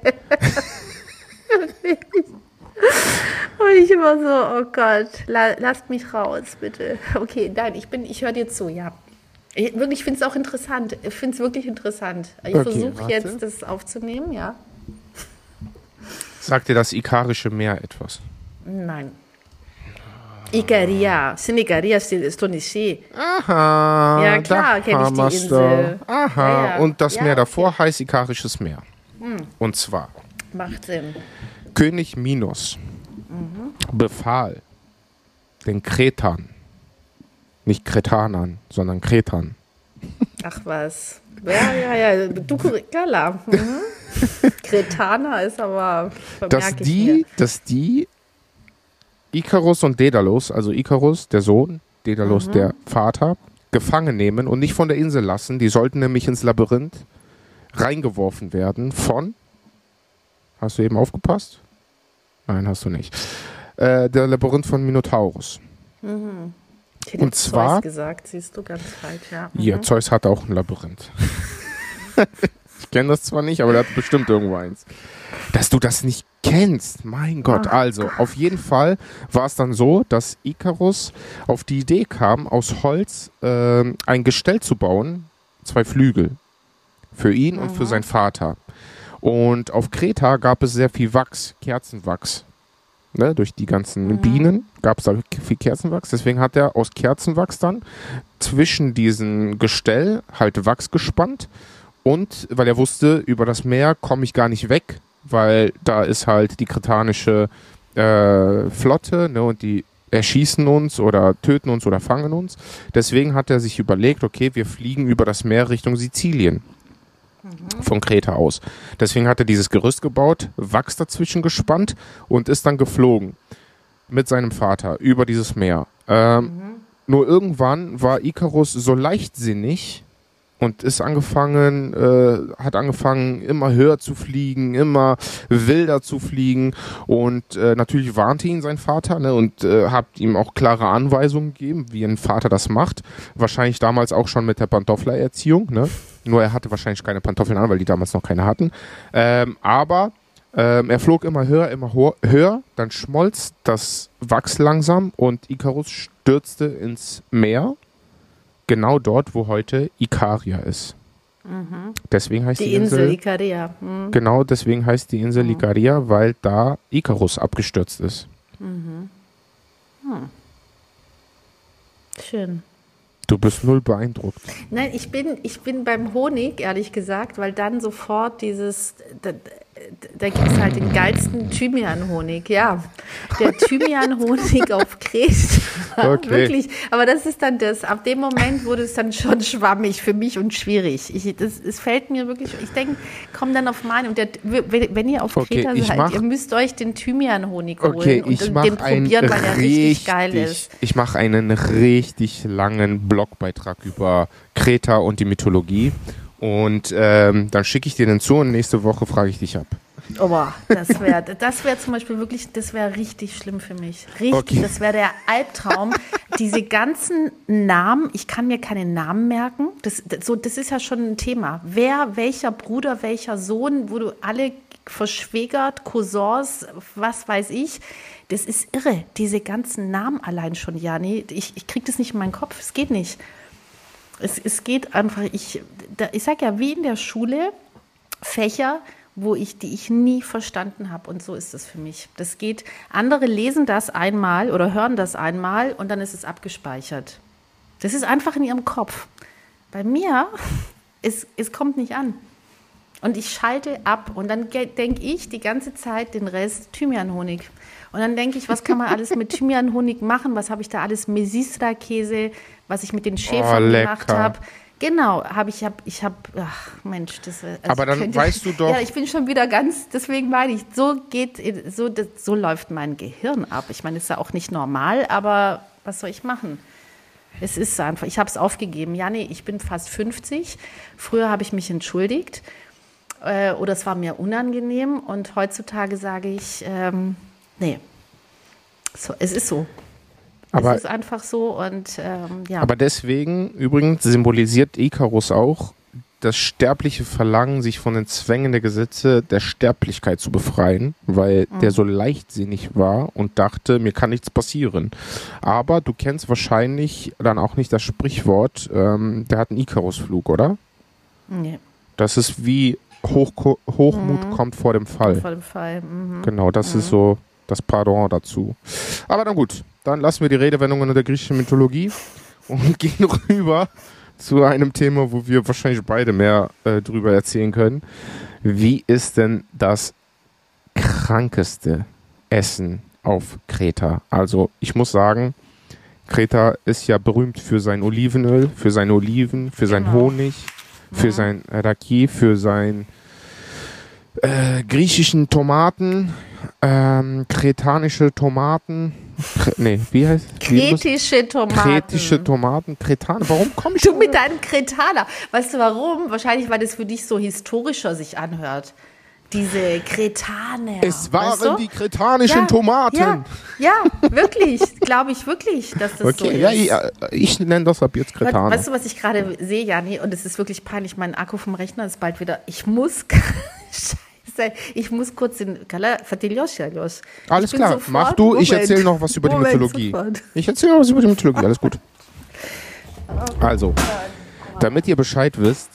Und ich immer so, oh Gott, lasst mich raus, bitte. Okay, nein, ich höre dir zu, ja. Ich finde es auch interessant. Ich finde es wirklich interessant. Ich Okay, versuche warte. jetzt, das aufzunehmen, ja. Sagt dir das Ikarische Meer etwas? Nein. Ikaria. Sin Ikaria ist doch nicht See. Aha. Ja, klar, da kenn ich die haben wir's Insel. doch. Aha. Ja, ja. Und das Ja, Meer davor okay. heißt Ikarisches Meer. Und zwar, Macht Sinn. König Minos befahl den Kretern, nicht Kretanern, sondern Kretern, Ach was. Ja. Du, Kala. Kretaner ist aber, vermerke ich mir. dass die Ikarus und Daedalus, also Ikarus, der Sohn, Daedalus, der Vater, gefangen nehmen und nicht von der Insel lassen. Die sollten nämlich ins Labyrinth reingeworfen werden von, hast du eben aufgepasst? Nein, hast du nicht. Der Labyrinth von Minotaurus. Ich hätte Und zwar- Zeus gesagt, siehst du, ganz falsch, ja. Ja, Zeus hatte auch ein Labyrinth. Ich kenne das zwar nicht, aber der hat bestimmt irgendwo eins. Dass du das nicht kennst, mein Gott. Also, auf jeden Fall war es dann so, dass Ikarus auf die Idee kam, aus Holz ein Gestell zu bauen, 2 Flügel, für ihn und für seinen Vater. Und auf Kreta gab es sehr viel Wachs, Kerzenwachs. Ne, durch die ganzen Bienen gab es da viel Kerzenwachs. Deswegen hat er aus Kerzenwachs dann zwischen diesen Gestell halt Wachs gespannt. Und weil er wusste, über das Meer komme ich gar nicht weg, weil da ist halt die kretanische Flotte, ne, und die erschießen uns oder töten uns oder fangen uns. Deswegen hat er sich überlegt, okay, wir fliegen über das Meer Richtung Sizilien. Von Kreta aus. Deswegen hat er dieses Gerüst gebaut, Wachs dazwischen gespannt und ist dann geflogen mit seinem Vater über dieses Meer. Nur irgendwann war Ikarus so leichtsinnig und ist hat angefangen, immer höher zu fliegen, immer wilder zu fliegen und natürlich warnte ihn sein Vater, ne, und hat ihm auch klare Anweisungen gegeben, wie ein Vater das macht. Wahrscheinlich damals auch schon mit der Pantoffelerziehung, ne? Nur er hatte wahrscheinlich keine Pantoffeln an, weil die damals noch keine hatten. Aber er flog immer höher, höher, dann schmolz das Wachs langsam und Ikarus stürzte ins Meer. Genau dort, wo heute Ikaria ist. Deswegen heißt die Insel Ikaria. Genau, deswegen heißt die Insel Ikaria, weil da Ikarus abgestürzt ist. Schön. Du bist null beeindruckt. Nein, ich bin beim Honig, ehrlich gesagt, weil dann sofort da gibt es halt den geilsten Thymian-Honig, ja. Der Thymian-Honig auf Kreta. Okay. Wirklich. Aber das ist dann das. Ab dem Moment wurde es dann schon schwammig für mich und schwierig. Es fällt mir wirklich, ich denke, komm dann auf meine. Und wenn ihr auf Kreta seid, ihr müsst euch den Thymian-Honig holen und den probieren, weil der richtig geil ist. Ich mache einen richtig langen Blogbeitrag über Kreta und die Mythologie. Und dann schicke ich dir den zu und nächste Woche frage ich dich ab. Oh, das wäre zum Beispiel wirklich, das wäre richtig schlimm für mich. Richtig, okay. Das wäre der Albtraum. Diese ganzen Namen, ich kann mir keine Namen merken. Das ist ja schon ein Thema. Welcher Bruder, welcher Sohn, wo du alle verschwägert, Cousins, was weiß ich. Das ist irre, diese ganzen Namen allein schon, Jani. Ich kriege das nicht in meinen Kopf, es geht nicht. Es geht einfach, ich sage ja, wie in der Schule, Fächer, die ich nie verstanden habe. Und so ist es für mich. Das geht, andere lesen das einmal oder hören das einmal und dann ist es abgespeichert. Das ist einfach in ihrem Kopf. Bei mir, es kommt nicht an. Und ich schalte ab und dann denke ich die ganze Zeit den Rest Thymianhonig. Und dann denke ich, was kann man alles mit Thymianhonig machen? Was habe ich da alles? Mesistra-Käse, was ich mit den Schäfern gemacht habe. Genau, ach Mensch. Aber dann weißt du doch. Ja, ich bin schon wieder deswegen meine ich, so läuft mein Gehirn ab. Ich meine, ist ja auch nicht normal, aber was soll ich machen? Es ist einfach, ich habe es aufgegeben. Ja, nee, ich bin fast 50. Früher habe ich mich entschuldigt oder es war mir unangenehm und heutzutage sage ich, nee, so, es ist so. Es ist einfach so und ja. Aber deswegen übrigens symbolisiert Ikarus auch das sterbliche Verlangen, sich von den Zwängen der Gesetze der Sterblichkeit zu befreien, weil der so leichtsinnig war und dachte, mir kann nichts passieren. Aber du kennst wahrscheinlich dann auch nicht das Sprichwort, der hat einen Ikarusflug, oder? Nee. Das ist wie Hochmut kommt vor dem Fall. Vor dem Fall. Genau, das ist so das Pardon dazu. Aber dann gut, dann lassen wir die Redewendungen der griechischen Mythologie und gehen rüber zu einem Thema, wo wir wahrscheinlich beide mehr drüber erzählen können. Wie ist denn das krankeste Essen auf Kreta? Also ich muss sagen, Kreta ist ja berühmt für sein Olivenöl, für seine Oliven, für seinen Honig, für sein Raki, für sein griechischen Tomaten, kretanische Tomaten. Wie heißt es? Kretische Tomaten. Kretische Tomaten. Kretaner. Warum komme ich Du mit deinem Kretaner. Weißt du warum? Wahrscheinlich, weil das für dich so historischer sich anhört. Diese Kretaner. Es waren weißt du? die kretanischen Tomaten. Ja, wirklich. Glaube ich wirklich, dass das so ist. Ja, ich nenne das ab jetzt Kretaner. Weißt du, was ich gerade sehe, Jani? Und es ist wirklich peinlich. Mein Akku vom Rechner ist bald wieder. Ich muss kurz den Kala Fatiliosch. Alles klar, mach du. Ich erzähle noch was über die Mythologie. Ich erzähle noch was über die Mythologie. Alles gut. Also, damit ihr Bescheid wisst,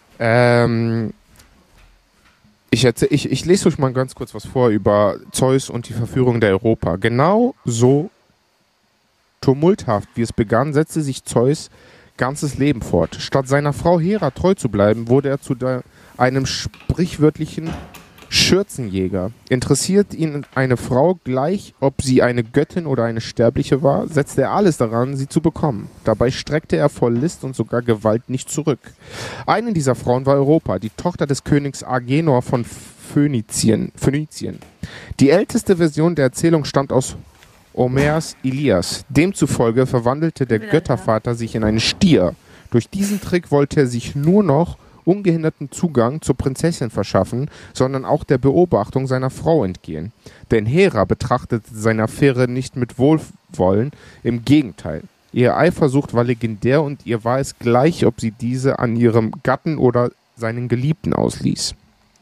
ich lese euch mal ganz kurz was vor über Zeus und die Verführung der Europa. Genau so tumulthaft, wie es begann, setzte sich Zeus ganzes Leben fort. Statt seiner Frau Hera treu zu bleiben, wurde er zu einem sprichwörtlichen Schürzenjäger. Interessiert ihn eine Frau gleich, ob sie eine Göttin oder eine Sterbliche war, setzte er alles daran, sie zu bekommen. Dabei streckte er vor List und sogar Gewalt nicht zurück. Eine dieser Frauen war Europa, die Tochter des Königs Agenor von Phönizien. Die älteste Version der Erzählung stammt aus Homers Ilias. Demzufolge verwandelte der Göttervater sich in einen Stier. Durch diesen Trick wollte er sich nur noch ungehinderten Zugang zur Prinzessin verschaffen, sondern auch der Beobachtung seiner Frau entgehen. Denn Hera betrachtete seine Affäre nicht mit Wohlwollen, im Gegenteil. Ihr Eifersucht war legendär und ihr war es gleich, ob sie diese an ihrem Gatten oder seinen Geliebten ausließ.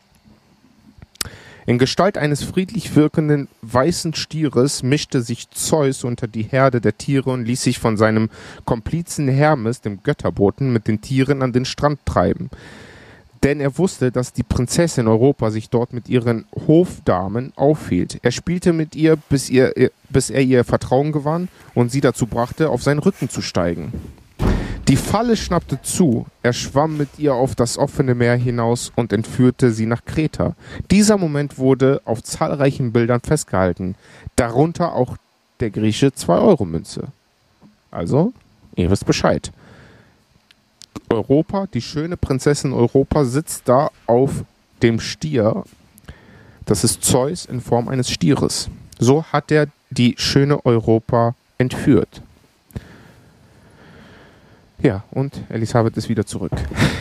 In Gestalt eines friedlich wirkenden weißen Stieres mischte sich Zeus unter die Herde der Tiere und ließ sich von seinem Komplizen Hermes, dem Götterboten, mit den Tieren an den Strand treiben. Denn er wusste, dass die Prinzessin Europa sich dort mit ihren Hofdamen aufhielt. Er spielte mit ihr, bis er ihr Vertrauen gewann und sie dazu brachte, auf seinen Rücken zu steigen. Die Falle schnappte zu, er schwamm mit ihr auf das offene Meer hinaus und entführte sie nach Kreta. Dieser Moment wurde auf zahlreichen Bildern festgehalten, darunter auch der Grieche 2-Euro-Münze. Also, ihr wisst Bescheid. Europa, die schöne Prinzessin Europa, sitzt da auf dem Stier. Das ist Zeus in Form eines Stieres. So hat er die schöne Europa entführt. Ja, und Elisabeth ist wieder zurück.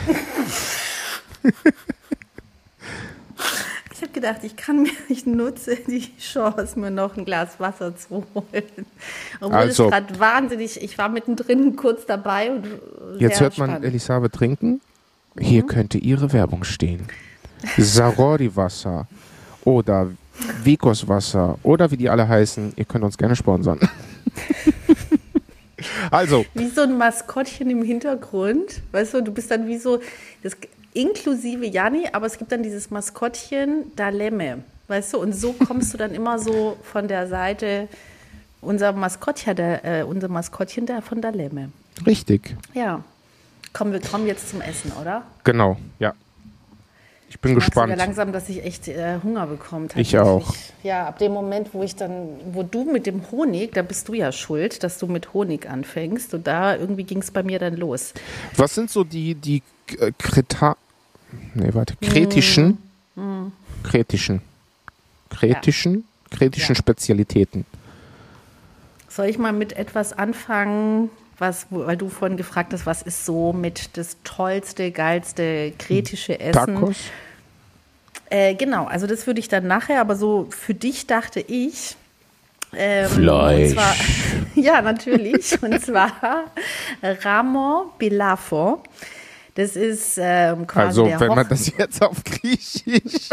Ich habe gedacht, ich nutze die Chance, mir noch ein Glas Wasser zu holen. Obwohl es gerade wahnsinnig, ich war mittendrin kurz dabei. Und jetzt hört man Elisabeth trinken. Hier könnte ihre Werbung stehen. Sarori-Wasser oder Vikos-Wasser oder wie die alle heißen. Ihr könnt uns gerne sponsern. Also. Wie so ein Maskottchen im Hintergrund. Weißt du, du bist dann wie so, das inklusive Jani, aber es gibt dann dieses Maskottchen Dalemme. Weißt du, und so kommst du dann immer so von der Seite, unser Maskottchen der von Dalemme. Richtig. Ja. Komm, wir kommen jetzt zum Essen, oder? Genau, ja. Ich bin gespannt. Ich merke langsam, dass ich echt Hunger bekomme. Ich auch. Ja, ab dem Moment, wo du mit dem Honig, da bist du ja schuld, dass du mit Honig anfängst. Und da irgendwie ging es bei mir dann los. Was sind so die kretischen Spezialitäten? Soll ich mal mit etwas anfangen, weil du vorhin gefragt hast, was ist so mit das tollste, geilste kretische Essen? Tacos? Genau, also das würde ich dann nachher, aber so für dich dachte ich. Fleisch. Und zwar, ja, natürlich. Und zwar Ramo Bilafo. Das ist quasi also, der wenn man das jetzt auf Griechisch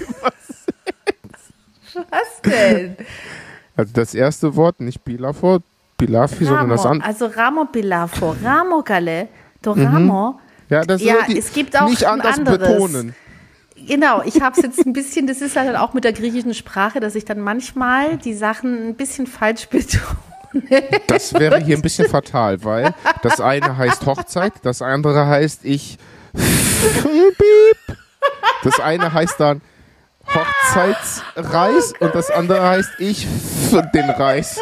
Was denn? Also das erste Wort, nicht Bilafo, Bilafi, sondern das andere. Also Ramo Bilafo. Ramo Gale. Ramo. Ja, das es gibt auch nicht ein anders anderes. betonen. Genau, ich habe es jetzt ein bisschen, das ist halt auch mit der griechischen Sprache, dass ich dann manchmal die Sachen ein bisschen falsch betone. Das wäre hier ein bisschen fatal, weil das eine heißt Hochzeit, das andere heißt das eine heißt dann Hochzeitsreis und das andere heißt den Reis.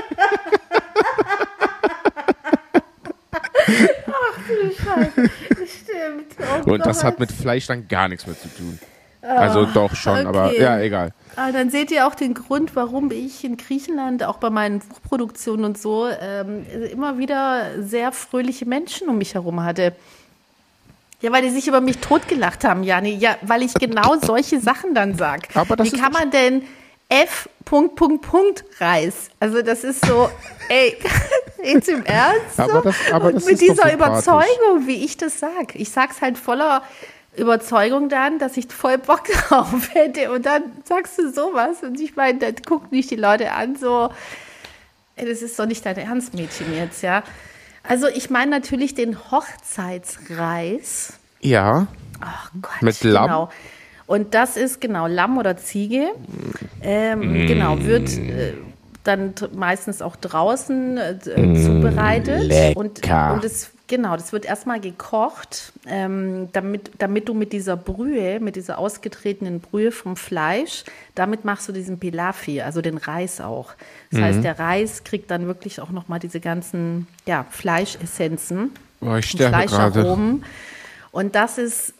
Ach du Scheiße, stimmt. Oh und das Gott. hat mit Fleisch dann gar nichts mehr zu tun. Also doch schon, okay. Aber ja, egal. Aber dann seht ihr auch den Grund, warum ich in Griechenland, auch bei meinen Buchproduktionen und so, immer wieder sehr fröhliche Menschen um mich herum hatte. Ja, weil die sich über mich totgelacht haben, Jani. Ja, weil ich genau solche Sachen dann sage. Wie kann man denn F. Reis? Also das ist so, ey, jetzt im Ernst? So? Aber und mit dieser Überzeugung, wie ich das sage. Ich sag's halt voller Überzeugung dann, dass ich voll Bock drauf hätte. Und dann sagst du sowas. Und ich meine, dann gucken mich die Leute an so, ey, das ist doch nicht dein Ernst, Mädchen, jetzt, ja. Also ich meine natürlich den Hochzeitsreis. Ja. Ach Gott, mit Lamm. Genau. Und das ist genau Lamm oder Ziege. Genau, wird dann meistens auch draußen zubereitet. Lecker. Und das wird erstmal gekocht, damit du mit dieser Brühe, mit dieser ausgetretenen Brühe vom Fleisch, damit machst du diesen Pilafi, also den Reis auch. Das heißt, der Reis kriegt dann wirklich auch nochmal diese ganzen Fleischessenzen, Ich sterbe gerade. Fleischaromen. Und das ist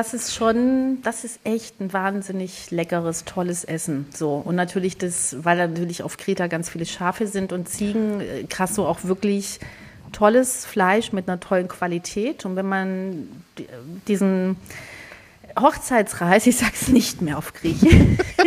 echt ein wahnsinnig leckeres, tolles Essen. So. Und natürlich weil natürlich auf Kreta ganz viele Schafe sind und Ziegen, hast du auch wirklich tolles Fleisch mit einer tollen Qualität. Und wenn man diesen Hochzeitsreis, ich sag's nicht mehr auf Griechisch,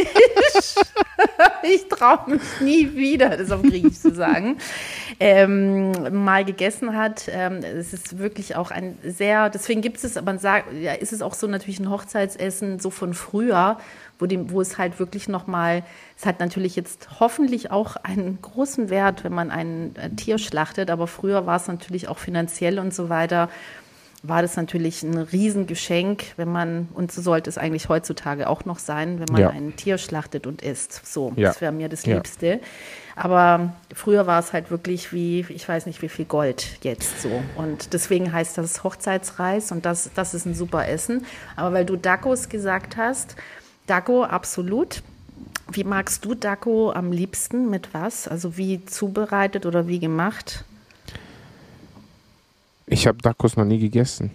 ich traue mich nie wieder, das auf Griechisch zu sagen, mal gegessen hat. Es ist wirklich auch ein sehr, deswegen gibt es, man sagt, ja, ist es auch so natürlich ein Hochzeitsessen so von früher, wo es halt wirklich nochmal, es hat natürlich jetzt hoffentlich auch einen großen Wert, wenn man ein Tier schlachtet, aber früher war es natürlich auch finanziell und so weiter, war das natürlich ein Riesengeschenk, und so sollte es eigentlich heutzutage auch noch sein, wenn man ein Tier schlachtet und isst. So, das wäre mir das Liebste. Aber früher war es halt wirklich wie, ich weiß nicht wie viel Gold jetzt so. Und deswegen heißt das Hochzeitsreis und das ist ein super Essen. Aber weil du Dakos gesagt hast, Dako, absolut. Wie magst du Dako am liebsten? Mit was? Also wie zubereitet oder wie gemacht? Ich habe Dakos noch nie gegessen.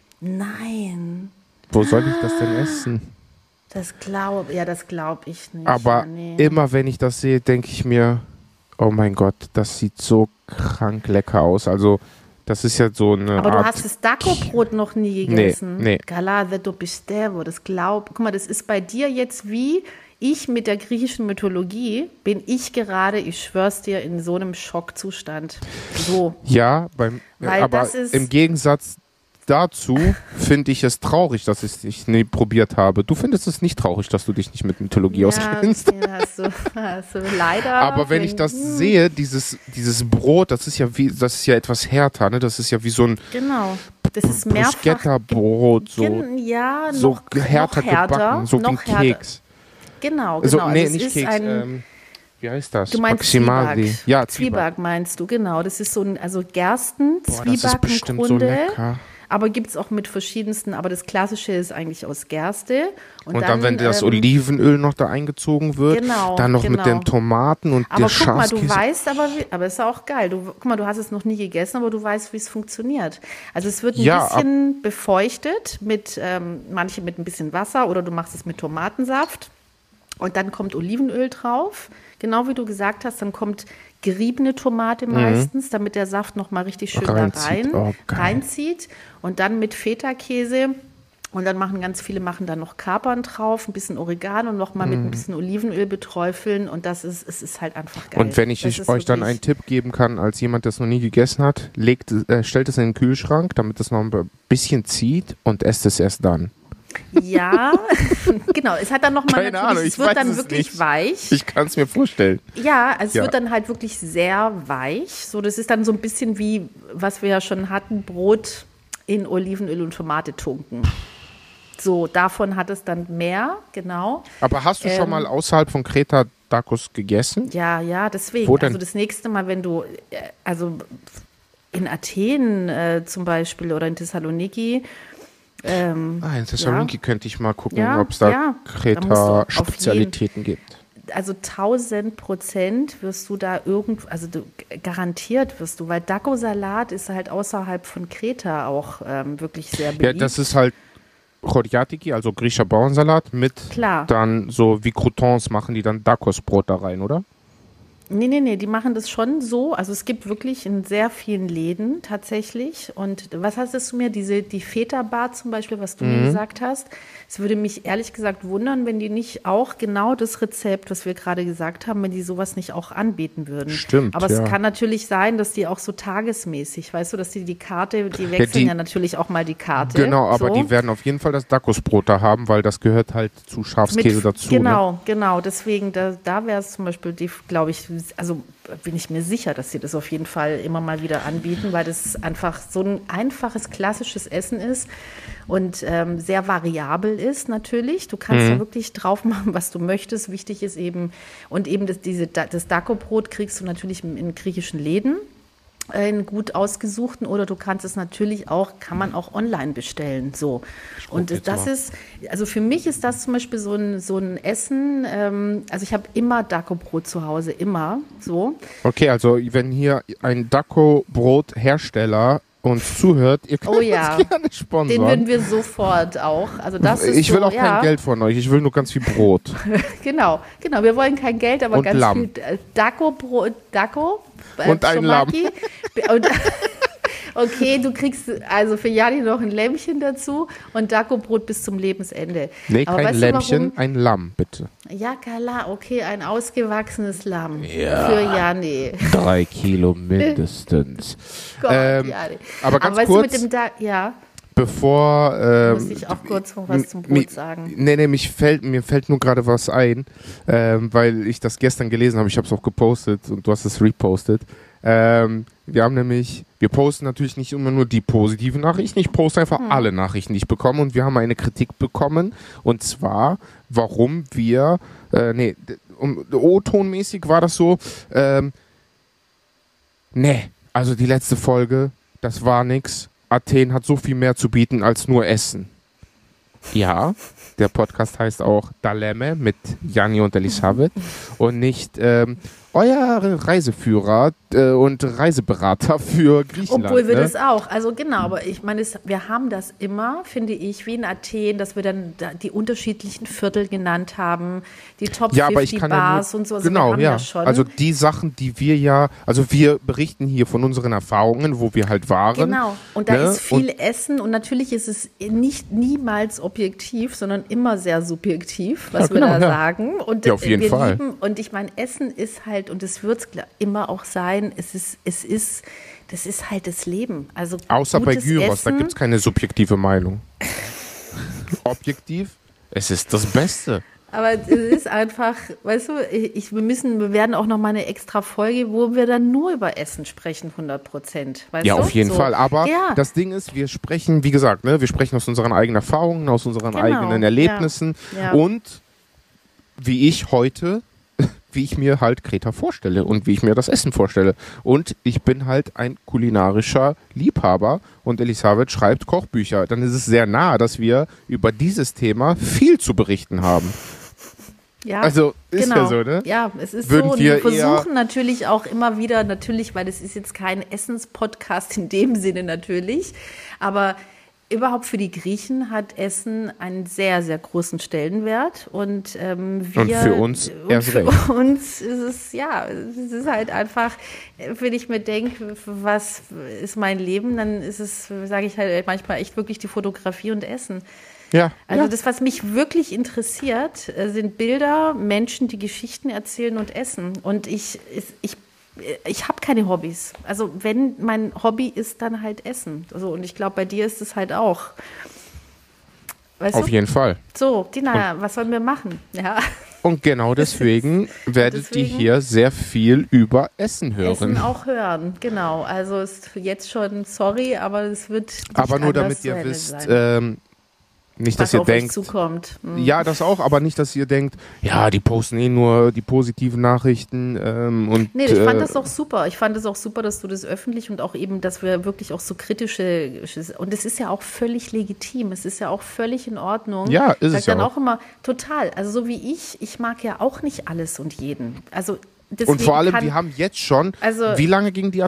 Nein. Wo soll ich das denn essen? Das glaube ich nicht. Aber immer wenn ich das sehe, denke ich mir, oh mein Gott, das sieht so krank lecker aus. Also das ist ja so eine Aber Art... du hast das Dako-Brot noch nie gegessen. Nee. Gala de Dopistevo, guck mal, das ist bei dir jetzt wie ich mit der griechischen Mythologie, bin ich gerade, ich schwör's dir, in so einem Schockzustand. So. Ja, aber im Gegensatz dazu finde ich es traurig, dass ich es nie probiert habe. Du findest es nicht traurig, dass du dich nicht mit Mythologie auskennst. Ja, hast du leider. Aber wenn ich das sehe, dieses Brot, das ist ja etwas härter, ne? Das ist ja wie so ein das ist mehrfach Bruschetta-Brot, so härter gebacken, so wie ein Keks. Genau. Also, nee, das nicht ist Keks, wie heißt das? Du meinst Maximali. Zwieback. Ja, Zwieback meinst du, genau. Das ist so ein, Gersten, Zwiebackengrunde. Das ist bestimmt so lecker. Aber gibt es auch mit verschiedensten, aber das Klassische ist eigentlich aus Gerste. Und dann, wenn das Olivenöl noch da eingezogen wird, dann noch mit den Tomaten und der Schafskäse. Aber guck mal, du weißt aber ist auch geil. Guck mal, du hast es noch nie gegessen, aber du weißt, wie es funktioniert. Also es wird ein bisschen befeuchtet, manche mit ein bisschen Wasser oder du machst es mit Tomatensaft. Und dann kommt Olivenöl drauf, genau wie du gesagt hast, dann kommt geriebene Tomate meistens, damit der Saft nochmal richtig schön reinzieht. Und dann mit Feta-Käse. Und dann ganz viele dann noch Kapern drauf, ein bisschen Oregano und nochmal mit ein bisschen Olivenöl beträufeln. Und es ist halt einfach geil. Und wenn ich euch dann einen Tipp geben kann, als jemand, der es noch nie gegessen hat, stellt es in den Kühlschrank, damit es noch ein bisschen zieht und esst es erst dann. Ja, genau. Es hat dann nochmal es wird dann wirklich weich. Ich kann es mir vorstellen. Ja, also es wird dann halt wirklich sehr weich. So, das ist dann so ein bisschen wie, was wir ja schon hatten, Brot in Olivenöl und Tomate tunken. So, davon hat es dann mehr, genau. Aber hast du schon mal außerhalb von Kreta Dakos gegessen? Ja, deswegen. Wo denn? Also das nächste Mal, wenn du, in Athen zum Beispiel oder in Thessaloniki, in Thessaloniki könnte ich mal gucken, ob es da Kreta-Spezialitäten gibt. Also 1000% wirst du da garantiert wirst du, weil Dako-Salat ist halt außerhalb von Kreta auch wirklich sehr beliebt. Ja, das ist halt Choriatiki, also griechischer Bauernsalat mit dann so wie Croutons machen die dann Dakos-Brot da rein, oder? Nee, die machen das schon so. Also es gibt wirklich in sehr vielen Läden tatsächlich. Und was hast du mir? Die Feta-Bar zum Beispiel, was du mir gesagt hast. Es würde mich ehrlich gesagt wundern, wenn die nicht auch genau das Rezept, was wir gerade gesagt haben, wenn die sowas nicht auch anbieten würden. Stimmt, Aber ja. es kann natürlich sein, dass die auch so tagesmäßig, weißt du, dass die Karte, die wechseln ja natürlich auch mal die Karte. Genau, aber so. die werden auf jeden Fall das Dacosbrot da haben, weil das gehört halt zu Schafskäse dazu. Genau. Deswegen, da wäre es zum Beispiel, glaube ich, also bin ich mir sicher, dass sie das auf jeden Fall immer mal wieder anbieten, weil das einfach so ein einfaches, klassisches Essen ist und sehr variabel ist natürlich. Du kannst ja wirklich drauf machen, was du möchtest. Wichtig ist eben, und eben das Daco-Brot kriegst du natürlich in griechischen Läden, in gut ausgesuchten, oder du kannst es natürlich auch, kann man auch online bestellen, so. Und das ist, also für mich ist das zum Beispiel so ein Essen, also ich habe immer Daco-Brot zu Hause, immer, so. Okay, also wenn hier ein Daco-Brot-Hersteller uns zuhört, ihr könnt uns gerne sponsern. Den würden wir sofort auch, also das ist ich will so, auch kein Geld von euch, ich will nur ganz viel Brot. Genau, wir wollen kein Geld, aber und ganz Lamm. viel Daco-Brot, und ein Lamm. Und, okay, du kriegst also für Jani noch ein Lämmchen dazu und Daco-Brot bis zum Lebensende. Nee, aber kein weißt Lämmchen, ein Lamm, bitte. Ja, klar, okay, ein ausgewachsenes Lamm für Jani. 3 Kilo mindestens. Gott, Jani. Aber ganz weißt kurz, du, mit dem bevor... muss ich auch kurz noch was zum Brot sagen. Nee, mir fällt nur gerade was ein, weil ich das gestern gelesen habe. Ich habe es auch gepostet und du hast es repostet. Wir posten natürlich nicht immer nur die positiven Nachrichten, ich poste einfach alle Nachrichten, die ich bekomme, und wir haben eine Kritik bekommen, und zwar, warum wir, O-Tonmäßig war das so, also die letzte Folge, das war nix, Athen hat so viel mehr zu bieten als nur Essen. Ja, der Podcast heißt auch Dalemme mit Jani und Elisabeth und nicht euer Reiseführer und Reiseberater für Griechenland. Obwohl wir das auch, also genau, aber ich meine, wir haben das immer, finde ich, wie in Athen, dass wir dann die unterschiedlichen Viertel genannt haben, die Top 50 Bars und so. Also genau, wir haben das schon. Also die Sachen, die wir wir berichten hier von unseren Erfahrungen, wo wir halt waren. Genau, und da ist viel Essen, und natürlich ist es niemals objektiv, sondern immer sehr subjektiv, was wir da sagen. Und auf jeden Fall. Und ich meine, Essen ist halt, und es wird immer auch sein, das ist halt das Leben. Also außer bei Gyros, Essen, da gibt es keine subjektive Meinung. Objektiv, es ist das Beste. Aber es ist einfach, weißt du, wir werden auch noch mal eine extra Folge, wo wir dann nur über Essen sprechen, 100%. Weißt ja, du? auf jeden so. Fall. Aber das Ding ist, wir sprechen, wie gesagt, wir sprechen aus unseren eigenen Erfahrungen, aus unseren eigenen Erlebnissen und wie ich mir halt Kreta vorstelle und wie ich mir das Essen vorstelle. Und ich bin halt ein kulinarischer Liebhaber, und Elisabeth schreibt Kochbücher. Dann ist es sehr nah, dass wir über dieses Thema viel zu berichten haben. Ja, also ist ja so, ne? Ja, es ist Würden so. Und wir wir versuchen natürlich auch immer wieder, weil das ist jetzt kein Essenspodcast in dem Sinne natürlich, aber überhaupt für die Griechen hat Essen einen sehr, sehr großen Stellenwert, und für uns erst recht. Für uns ist es ist halt einfach, wenn ich mir denke, was ist mein Leben, dann ist es, sage ich halt manchmal echt wirklich die Fotografie und Essen. Ja. Also das, was mich wirklich interessiert, sind Bilder, Menschen, die Geschichten erzählen und essen. Und ich habe keine Hobbys. Also wenn mein Hobby ist, dann halt Essen. Also, und ich glaube, bei dir ist es halt auch. Weißt Auf jeden Fall. So, Dina, was sollen wir machen? Ja. Und genau deswegen werdet ihr hier sehr viel über Essen hören. Essen auch hören, genau. Also ist jetzt schon, sorry, aber es wird nicht aber nur anders damit ihr zu wisst, sein. nicht, was dass ihr auf euch denkt, zukommt. ja, das auch, aber nicht, dass ihr denkt, ja, die posten eh nur die positiven Nachrichten. Nee, ich fand das auch super. Ich fand es auch super, dass du das öffentlich und auch eben, dass wir wirklich auch so kritische, und es ist ja auch völlig legitim, es ist ja auch völlig in Ordnung. Ja, ist es ja dann auch immer, total, also so wie ich mag ja auch nicht alles und jeden. Also deswegen und vor allem, wir haben jetzt schon, wie lange ging die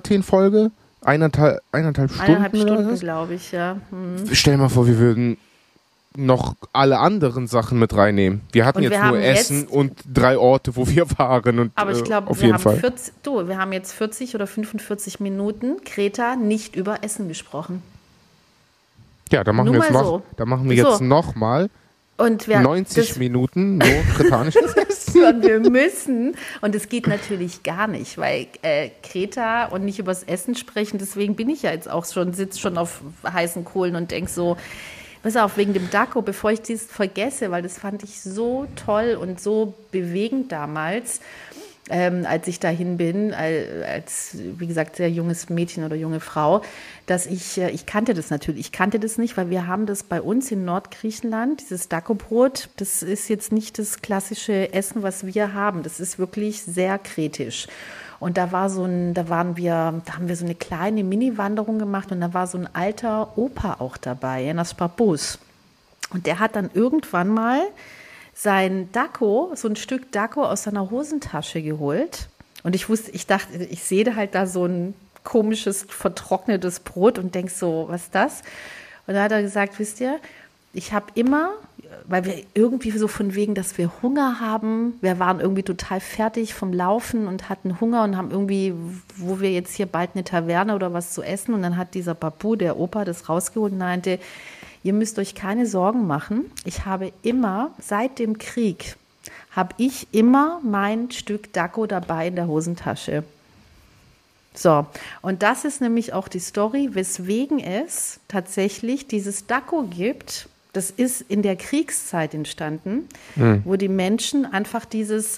noch alle anderen Sachen mit reinnehmen. Wir hatten jetzt nur Essen und 3 Orte, wo wir waren. Und, aber ich glaube, wir haben jetzt 40 oder 45 Minuten Greta nicht über Essen gesprochen. Ja, da machen wir jetzt nochmal 90 Minuten nur kretanisches Essen. Und wir müssen, und es geht natürlich gar nicht, weil Greta und nicht übers Essen sprechen, deswegen bin ich ja jetzt auch sitze schon auf heißen Kohlen und denke so, pass auf, wegen dem Dacko, bevor ich das vergesse, weil das fand ich so toll und so bewegend damals, als ich dahin bin, als, wie gesagt, sehr junges Mädchen oder junge Frau, dass ich kannte das natürlich. Ich kannte das nicht, weil wir haben das bei uns in Nordgriechenland, dieses Dacko-Brot, das ist jetzt nicht das klassische Essen, was wir haben. Das ist wirklich sehr kretisch. Und da haben wir so eine kleine Mini-Wanderung gemacht und da war so ein alter Opa auch dabei, Janas Papus. Und der hat dann irgendwann mal sein Dacko, so ein Stück Dacko aus seiner Hosentasche geholt. Und ich dachte, ich sehe halt da so ein komisches, vertrocknetes Brot und denke so, was ist das? Und da hat er gesagt, wisst ihr, ich habe immer, weil wir irgendwie so von wegen, dass wir Hunger haben, wir waren irgendwie total fertig vom Laufen und hatten Hunger und haben irgendwie, wo wir jetzt hier bald eine Taverne oder was zu essen. Und dann hat dieser Papu, der Opa, das rausgeholt und meinte, ihr müsst euch keine Sorgen machen. Ich habe immer, seit dem Krieg, mein Stück Dacko dabei in der Hosentasche. So, und das ist nämlich auch die Story, weswegen es tatsächlich dieses Dacko gibt. Das ist in der Kriegszeit entstanden, wo die Menschen einfach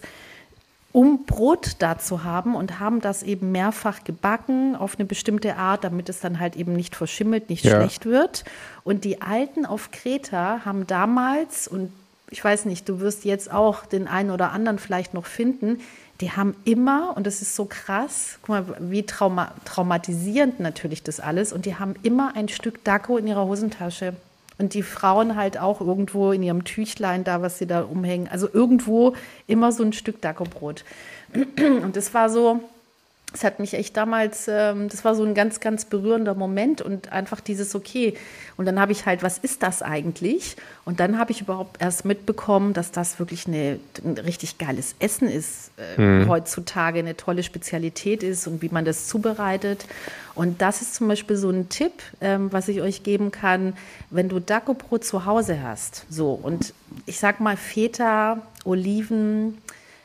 um Brot dazu haben und haben das eben mehrfach gebacken auf eine bestimmte Art, damit es dann halt eben nicht verschimmelt, nicht schlecht wird. Und die Alten auf Kreta haben damals, und ich weiß nicht, du wirst jetzt auch den einen oder anderen vielleicht noch finden, die haben immer, und das ist so krass, guck mal, wie traumatisierend natürlich das alles, und die haben immer ein Stück Dacko in ihrer Hosentasche. Und die Frauen halt auch irgendwo in ihrem Tüchlein da, was sie da umhängen. Also irgendwo immer so ein Stück Dacko-Brot. Und das war so, das hat mich echt damals, das war so ein ganz, ganz berührender Moment und einfach dieses okay. Und dann habe ich halt, was ist das eigentlich? Und dann habe ich überhaupt erst mitbekommen, dass das wirklich ein richtig geiles Essen ist, heutzutage eine tolle Spezialität ist und wie man das zubereitet. Und das ist zum Beispiel so ein Tipp, was ich euch geben kann, wenn du Dacko-Brot zu Hause hast. So, und ich sag mal Feta, Oliven,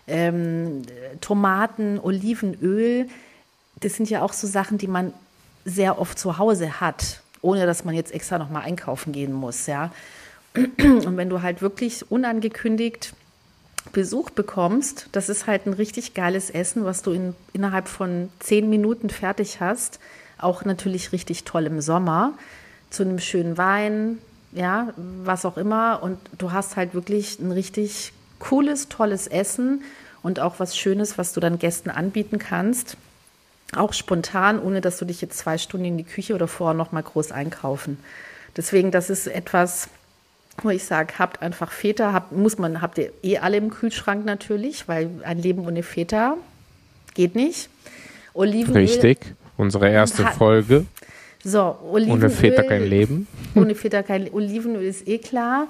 Tomaten, Olivenöl, das sind ja auch so Sachen, die man sehr oft zu Hause hat, ohne dass man jetzt extra nochmal einkaufen gehen muss, ja. Und wenn du halt wirklich unangekündigt Besuch bekommst, das ist halt ein richtig geiles Essen, was du innerhalb von 10 Minuten fertig hast, auch natürlich richtig toll im Sommer, zu einem schönen Wein, ja, was auch immer, und du hast halt wirklich ein richtig cooles, tolles Essen und auch was Schönes, was du dann Gästen anbieten kannst. Auch spontan, ohne dass du dich jetzt 2 Stunden in die Küche oder vorher noch mal groß einkaufen. Deswegen, das ist etwas, wo ich sage, habt einfach Feta, habt ihr eh alle im Kühlschrank natürlich, weil ein Leben ohne Feta geht nicht. Olivenöl. Richtig, unsere erste Folge. So, Olivenöl. Ohne Feta kein Leben. Ohne Feta kein Olivenöl ist eh klar.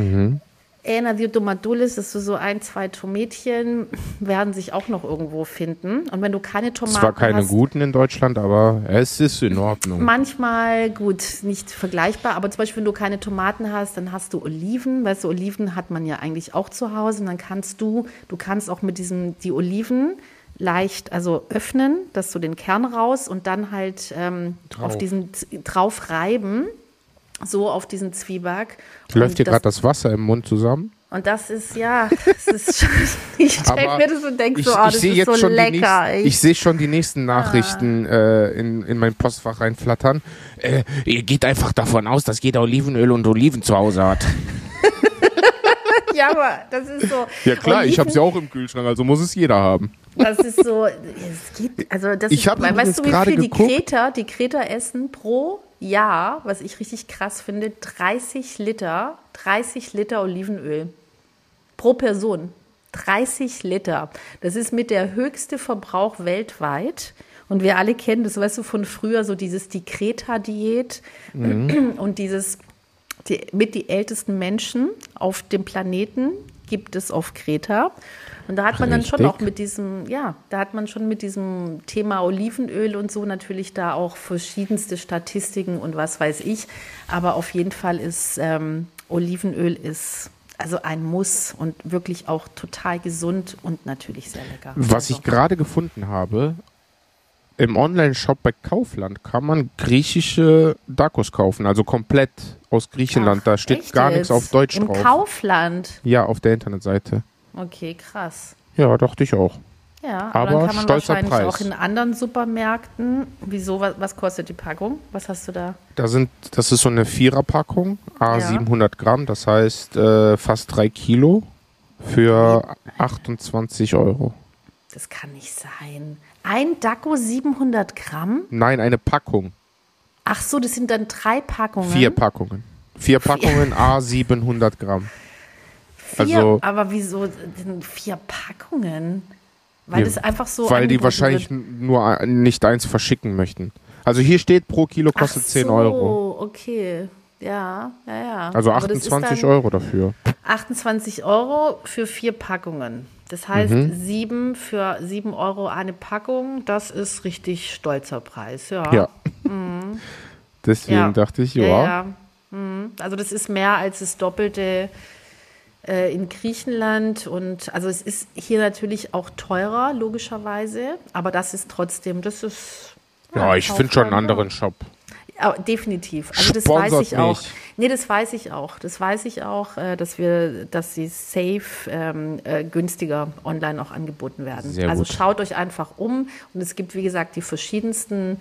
Die Tomatulis, das so 1, 2 Tomätchen, werden sich auch noch irgendwo finden. Und wenn du keine Tomaten hast... Zwar keine guten in Deutschland, aber es ist in Ordnung. Manchmal, gut, nicht vergleichbar, aber zum Beispiel, wenn du keine Tomaten hast, dann hast du Oliven. Weißt du, Oliven hat man ja eigentlich auch zu Hause. Und dann kannst du kannst auch mit die Oliven leicht öffnen, dass du den Kern raus und dann halt auf diesen drauf reiben. So auf diesen Zwieback. Läuft dir gerade das Wasser im Mund zusammen? Und das ist, ich stelle mir das und denke so, das ist so lecker. Ich sehe schon die nächsten Nachrichten in mein Postfach reinflattern. Ihr geht einfach davon aus, dass jeder Olivenöl und Oliven zu Hause hat. Ja, aber das ist so. Ja klar, ich habe sie auch im Kühlschrank, also muss es jeder haben. Das ist so, es geht, weißt du, wie viel die Kreter essen pro Jahr, was ich richtig krass finde, 30 Liter Olivenöl pro Person. 30 Liter. Das ist mit der höchste Verbrauch weltweit. Und wir alle kennen das, weißt du, von früher, so die Kreta-Diät und dieses die ältesten Menschen auf dem Planeten gibt es auf Kreta. Und da hat man dann schon auch mit diesem Thema Olivenöl und so natürlich da auch verschiedenste Statistiken und was weiß ich. Aber auf jeden Fall ist Olivenöl ist also ein Muss und wirklich auch total gesund und natürlich sehr lecker. Was ich gerade gefunden habe, im Online-Shop bei Kaufland kann man griechische Dakos kaufen, also komplett aus Griechenland. Da steht gar nichts auf Deutsch drauf. Im Kaufland? Ja, auf der Internetseite. Okay, krass. Ja, dachte ich auch. Ja, aber dann kann man stolzer wahrscheinlich Preis. auch in anderen Supermärkten. Wieso? Was kostet die Packung? Was hast du da? Das ist so eine 4er-Packung, 700 Gramm, das heißt fast 3 Kilo für 28 Euro. Das kann nicht sein. Ein Dako 700 Gramm? Nein, eine Packung. Ach so, das sind dann 3 Packungen? 4 Packungen. 4 Packungen, 700 Gramm. Aber wieso denn 4 Packungen? Weil das einfach so. Weil die wahrscheinlich nur nicht eins verschicken möchten. Also hier steht, pro Kilo kostet 10 Euro. Okay. Ja. Also 28 Euro dafür. 28 Euro für 4 Packungen. Das heißt, 7 für 7 Euro eine Packung, das ist richtig stolzer Preis. Ja. Deswegen dachte ich, ja. Also das ist mehr als das Doppelte in Griechenland. Und also es ist hier natürlich auch teurer, logischerweise. Aber das ist trotzdem, Ja, ich finde schon einen anderen Shop. Ja, definitiv. Also das Sponsert weiß ich auch. mich. Nee, das weiß ich auch. Dass sie safe günstiger online auch angeboten werden. Sehr also gut. schaut euch einfach um. Und es gibt, wie gesagt, die verschiedensten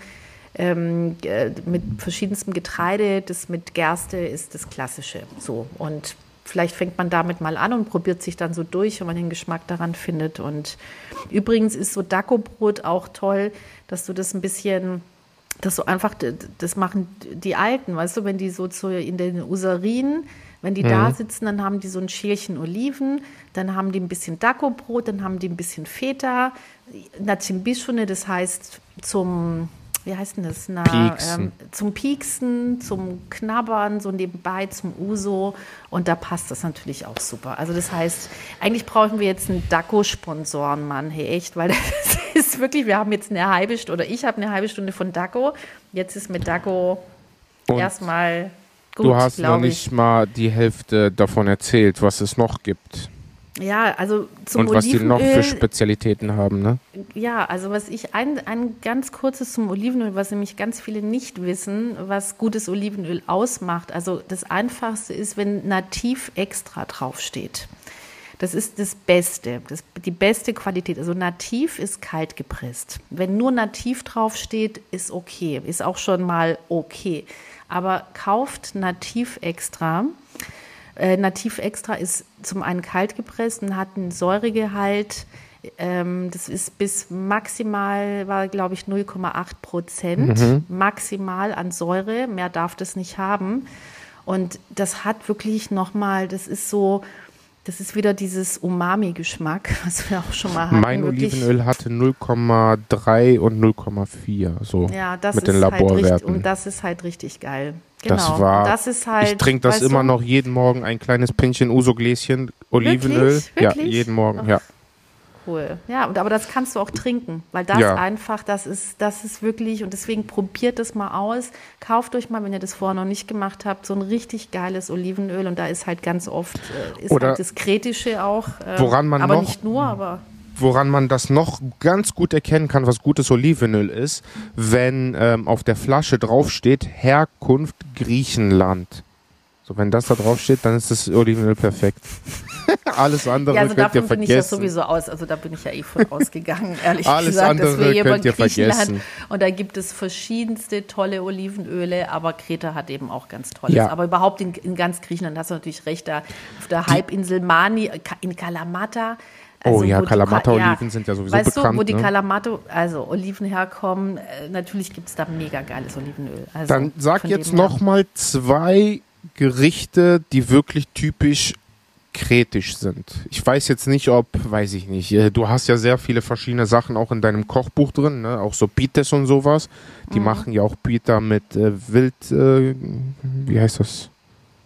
mit verschiedenstem Getreide. Das mit Gerste ist das Klassische. So. Und vielleicht fängt man damit mal an und probiert sich dann so durch, wenn man den Geschmack daran findet. Und übrigens ist so Dako-Brot auch toll, dass du das ein bisschen, dass du einfach, das machen die Alten, weißt du, wenn die so in den Userien, wenn die da sitzen, dann haben die so ein Schälchen Oliven, dann haben die ein bisschen Dako-Brot, dann haben die ein bisschen Feta, Nacimbishune, das heißt wie heißt denn das? Pieksen. Zum Pieksen, zum Knabbern, so nebenbei, zum Uso. Und da passt das natürlich auch super. Also das heißt, eigentlich brauchen wir jetzt einen Dako-Sponsoren, Mann. Hey, echt, weil das ist wirklich, wir haben jetzt ich habe eine halbe Stunde von Dako. Jetzt ist mit Dako erstmal gut, du hast noch nicht mal die Hälfte davon erzählt, was es noch gibt. Ja, also zum Und was die noch für Olivenöl. Spezialitäten haben, ne? Ja, also ein ganz kurzes zum Olivenöl, was nämlich ganz viele nicht wissen, was gutes Olivenöl ausmacht. Also das Einfachste ist, wenn Nativ Extra draufsteht. Das ist das Beste, die beste Qualität. Also Nativ ist kalt gepresst. Wenn nur Nativ draufsteht, ist okay, ist auch schon mal okay. Aber kauft Nativ Extra. Nativ Extra ist zum einen kalt gepresst und hat einen Säuregehalt, das ist bis maximal, war glaube ich 0,8% maximal an Säure, mehr darf das nicht haben. Und das hat wirklich nochmal, das ist wieder dieses Umami-Geschmack, was wir auch schon mal hatten. Mein Olivenöl hatte 0,3 und 0,4, so ja, das mit ist den Laborwerten. Halt und das ist halt richtig geil. Genau. Das ist halt, ich trinke das immer noch jeden Morgen, ein kleines Pinchen Uso-Gläschen Olivenöl. Wirklich? Ja, jeden Morgen, ja. Cool. Ja, aber das kannst du auch trinken, weil das einfach, das ist wirklich, und deswegen probiert das mal aus. Kauft euch mal, wenn ihr das vorher noch nicht gemacht habt, so ein richtig geiles Olivenöl, und da ist halt ganz oft, halt das Kretische auch. Woran man aber noch, nicht nur, aber... Woran man das noch ganz gut erkennen kann, was gutes Olivenöl ist, wenn auf der Flasche draufsteht, Herkunft Griechenland. So, wenn das da draufsteht, dann ist das Olivenöl perfekt. Alles andere also könnt ihr davon bin ich ja sowieso aus. Also da bin ich ja von ausgegangen, ehrlich Alles gesagt. andere Dass wir hier könnt über ihr vergessen. Und da gibt es verschiedenste tolle Olivenöle, aber Kreta hat eben auch ganz tolles. Ja. Aber überhaupt in ganz Griechenland hast du natürlich recht, da auf der Halbinsel Mani, in Kalamata. Also, Kalamata-Oliven sind ja sowieso bekannt. Weißt du, wo die Kalamata, also Oliven herkommen, natürlich gibt es da mega geiles Olivenöl. Also dann sag jetzt nochmal 2 Gerichte, die wirklich typisch kretisch sind. Ich weiß jetzt nicht, weiß ich nicht. Du hast ja sehr viele verschiedene Sachen auch in deinem Kochbuch drin, ne? Auch so Pites und sowas. Die machen ja auch Pita mit Wild, wie heißt das?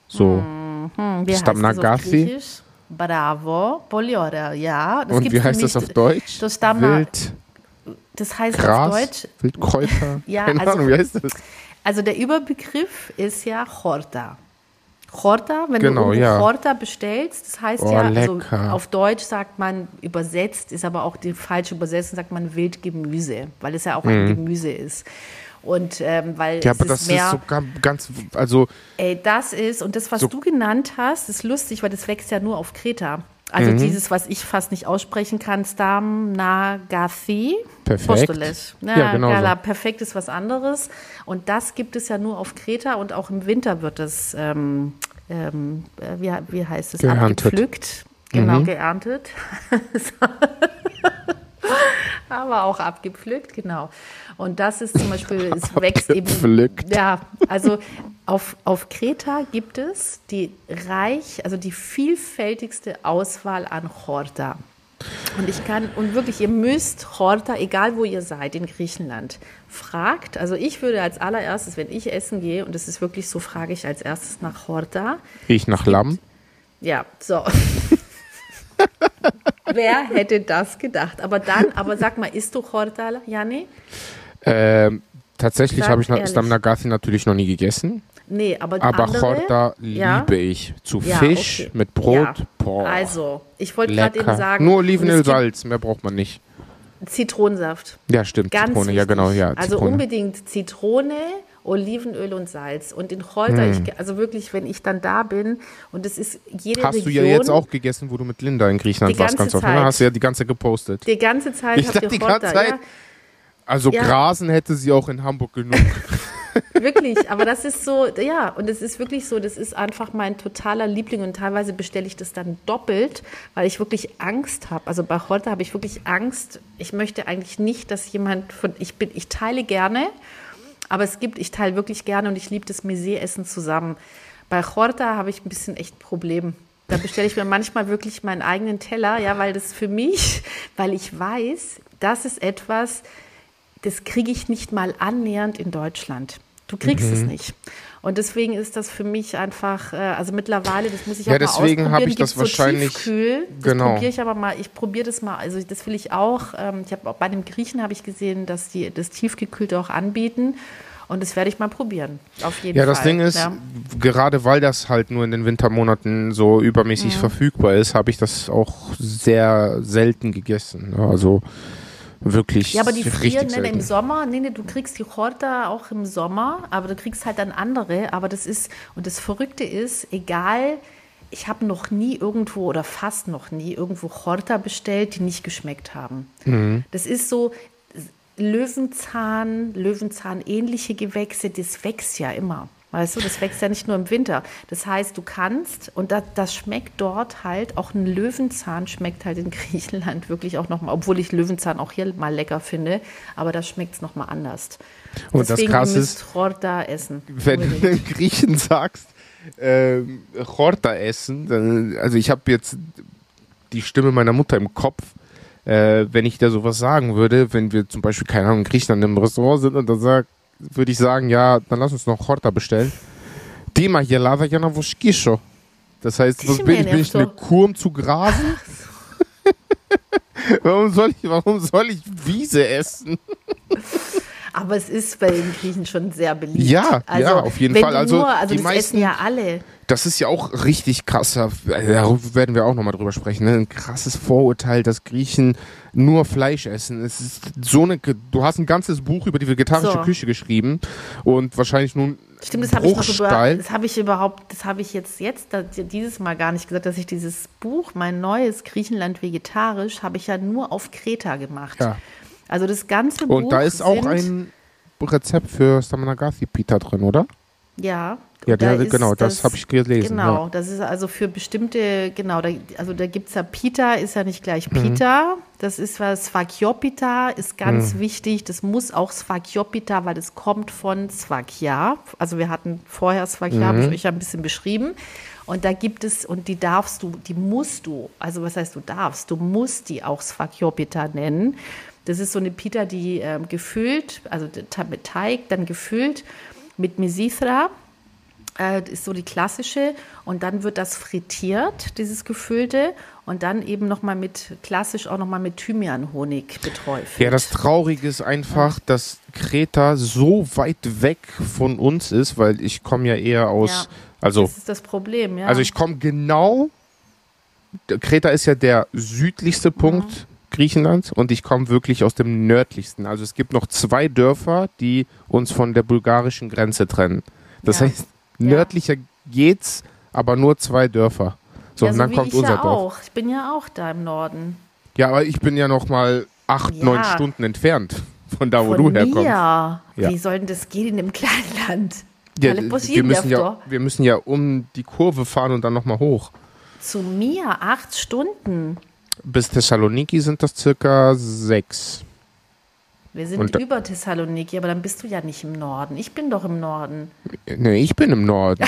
So Wie heißt das auf Stamnagathi. Griechisch? Bravo, Poliora, ja. Das Und gibt's wie heißt nämlich- das auf Deutsch? Das Stamna, Wild, das heißt Gras, auf Deutsch, Wildkräuter? Ja, Keine also- Ahnung, wie heißt das? also der Überbegriff ist ja Horta. Horta, wenn Genau, du irgendwo ja. Horta bestellst, das heißt Oh, ja, also lecker. auf Deutsch sagt man übersetzt, ist aber auch die falsche Übersetzung, sagt man Wildgemüse, weil es ja auch ein Gemüse ist. Und weil Ja, es aber ist das mehr, ist so ganz, also das ist, und das, was So- du genannt hast, ist lustig, weil das wächst ja nur auf Kreta. Also dieses, was ich fast nicht aussprechen kann, Stamnagathi. Perfekt. Postoles. Ja, genau so. Perfekt ist was anderes. Und das gibt es ja nur auf Kreta und auch im Winter wird es, wie heißt es, Geerntet. abgepflückt. Genau, geerntet. Aber auch abgepflückt, genau. Und das ist zum Beispiel, es wächst eben. Abgepflückt. Ja, also auf Kreta gibt es die vielfältigste Auswahl an Horta. Und wirklich, ihr müsst Horta, egal wo ihr seid, in Griechenland, fragt, also ich würde als allererstes, wenn ich essen gehe, und das ist wirklich so, frage ich als erstes nach Horta. ich nach Lamm. Ja, so. Wer hätte das gedacht? Aber sag mal, isst du Horta, Janni? Tatsächlich Sag habe ich ehrlich. Stamnagathi natürlich noch nie gegessen. Nee, aber Aber andere, Horta ja? liebe ich. Zu Ja, Fisch, okay. mit Brot. Ja. Boah, Also, ich wollte gerade lecker. eben sagen, Nur und Olivenöl, es gibt Salz, mehr braucht man nicht. Zitronensaft. Ja, stimmt. Ganz Zitrone, ja wichtig. genau, ja. Also Zitrone. unbedingt Zitrone, Olivenöl und Salz. Und in Horta, also wirklich, wenn ich dann da bin, und es ist jede Hast Region. du ja jetzt auch gegessen, wo du mit Linda in Griechenland Die warst, ganze ganz oft. Ne? Zeit. Hast du ja die ganze Zeit gepostet. Die ganze Zeit Ich habt dachte, ihr die Horta, ganze Zeit. ja. Also Ja. Grasen hätte sie auch in Hamburg genug. Wirklich, aber das ist so, ja, und es ist wirklich so, das ist einfach mein totaler Liebling und teilweise bestelle ich das dann doppelt, weil ich wirklich Angst habe. Also bei Horta habe ich wirklich Angst. Ich möchte eigentlich nicht, dass jemand ich teile gerne, aber ich teile wirklich gerne und ich liebe das Mezé-Essen zusammen. Bei Horta habe ich ein bisschen echt Problem. Da bestelle ich mir manchmal wirklich meinen eigenen Teller, ja, weil das für mich, weil ich weiß, das ist etwas, das kriege ich nicht mal annähernd in Deutschland. Du kriegst es nicht. Und deswegen ist das für mich einfach, also mittlerweile, das muss ich Ja, auch mal deswegen ausprobieren. habe ich das Gibt's wahrscheinlich- So Tiefkühl. Das Genau. probiere ich aber mal, ich probiere das mal, also das will ich auch, ich habe auch bei dem Griechen habe ich gesehen, dass die das Tiefgekühlte auch anbieten. Und das werde ich mal probieren, auf jeden Ja, Fall. das Ding ist, ja. gerade weil das halt nur in den Wintermonaten so übermäßig verfügbar ist, habe ich das auch sehr selten gegessen. Also wirklich Ja, aber die richtig frieren selten. im Sommer, nee, du kriegst die Horta auch im Sommer, aber du kriegst halt dann andere. Aber das ist, und das Verrückte ist, egal, ich habe noch nie irgendwo oder fast noch nie irgendwo Horta bestellt, die nicht geschmeckt haben. Das ist so Löwenzahn-ähnliche Gewächse, das wächst ja immer. Weißt du, das wächst ja nicht nur im Winter. Das heißt, du kannst, und das schmeckt dort halt, auch ein Löwenzahn schmeckt halt in Griechenland wirklich auch nochmal, obwohl ich Löwenzahn auch hier mal lecker finde, aber da schmeckt es nochmal anders. Und das Deswegen Krasse müsst ist, Horta essen. wenn du Unbedingt. den Griechen sagst, Horta essen, dann, also ich habe jetzt die Stimme meiner Mutter im Kopf, wenn ich da sowas sagen würde, wenn wir zum Beispiel, keine Ahnung, in Griechenland im Restaurant sind und dann würde ich sagen, ja, dann lass uns noch Horta bestellen. Dima Jelava Jana Voskisho. Das heißt, was bin ich eine Kuh, um zu grasen? Warum soll ich Wiese essen? Aber es ist bei den Griechen schon sehr beliebt. Ja, ja, auf jeden wenn Fall. du Also also die das meisten- essen ja alle. Das ist ja auch richtig krass. Darüber werden wir auch nochmal drüber sprechen. Ne? Ein krasses Vorurteil, dass Griechen nur Fleisch essen. Es ist du hast ein ganzes Buch über die vegetarische So. Küche geschrieben und wahrscheinlich nun Stimmt, das habe ich Bruchteil. dieses Mal gar nicht gesagt, dass ich dieses Buch, mein neues Griechenland vegetarisch, habe ich ja nur auf Kreta gemacht. Ja. Also das ganze Buch Und da ist auch sind, ein Rezept für Stamnagathi Pita drin, oder? ja. Ja, da der, ist genau, das habe ich gelesen. Genau, Ja. das ist also für bestimmte, genau, da gibt es ja Pita, ist ja nicht gleich Pita. Das ist was, Sfakiopita ist ganz wichtig. Das muss auch Sfakiopita, weil das kommt von Sfakia. Also wir hatten vorher Sfakia, habe ich euch ja ein bisschen beschrieben. Und da gibt es, und die musst du, also was heißt du darfst, du musst die auch Sfakiopita nennen. Das ist so eine Pita, die gefüllt, also mit Teig, dann gefüllt mit Mesithra. ist so die klassische. Und dann wird das frittiert, dieses Gefüllte. Und dann eben nochmal klassisch auch nochmal mit Thymian-Honig beträufelt. Ja, das Traurige ist einfach, dass Kreta so weit weg von uns ist, weil ich komme ja eher aus, also das ist das Problem, ja. Also ich komme genau, Kreta ist ja der südlichste Punkt Griechenlands und ich komme wirklich aus dem nördlichsten. Also es gibt noch 2 Dörfer, die uns von der bulgarischen Grenze trennen. Das heißt, nördlicher geht's, aber nur 2 Dörfer. So, und dann kommt unser Dorf. Ich bin ja auch da im Norden. Ja, aber ich bin ja noch mal 8-9 Stunden entfernt von da, wo du herkommst. Ja. Wie soll denn das gehen in einem kleinen Land? Ja, wir müssen ja um die Kurve fahren und dann noch mal hoch. Zu mir 8 Stunden. Bis Thessaloniki sind das circa 6. Wir sind über Thessaloniki, aber dann bist du ja nicht im Norden. Ich bin doch im Norden. Nee, ich bin im Norden.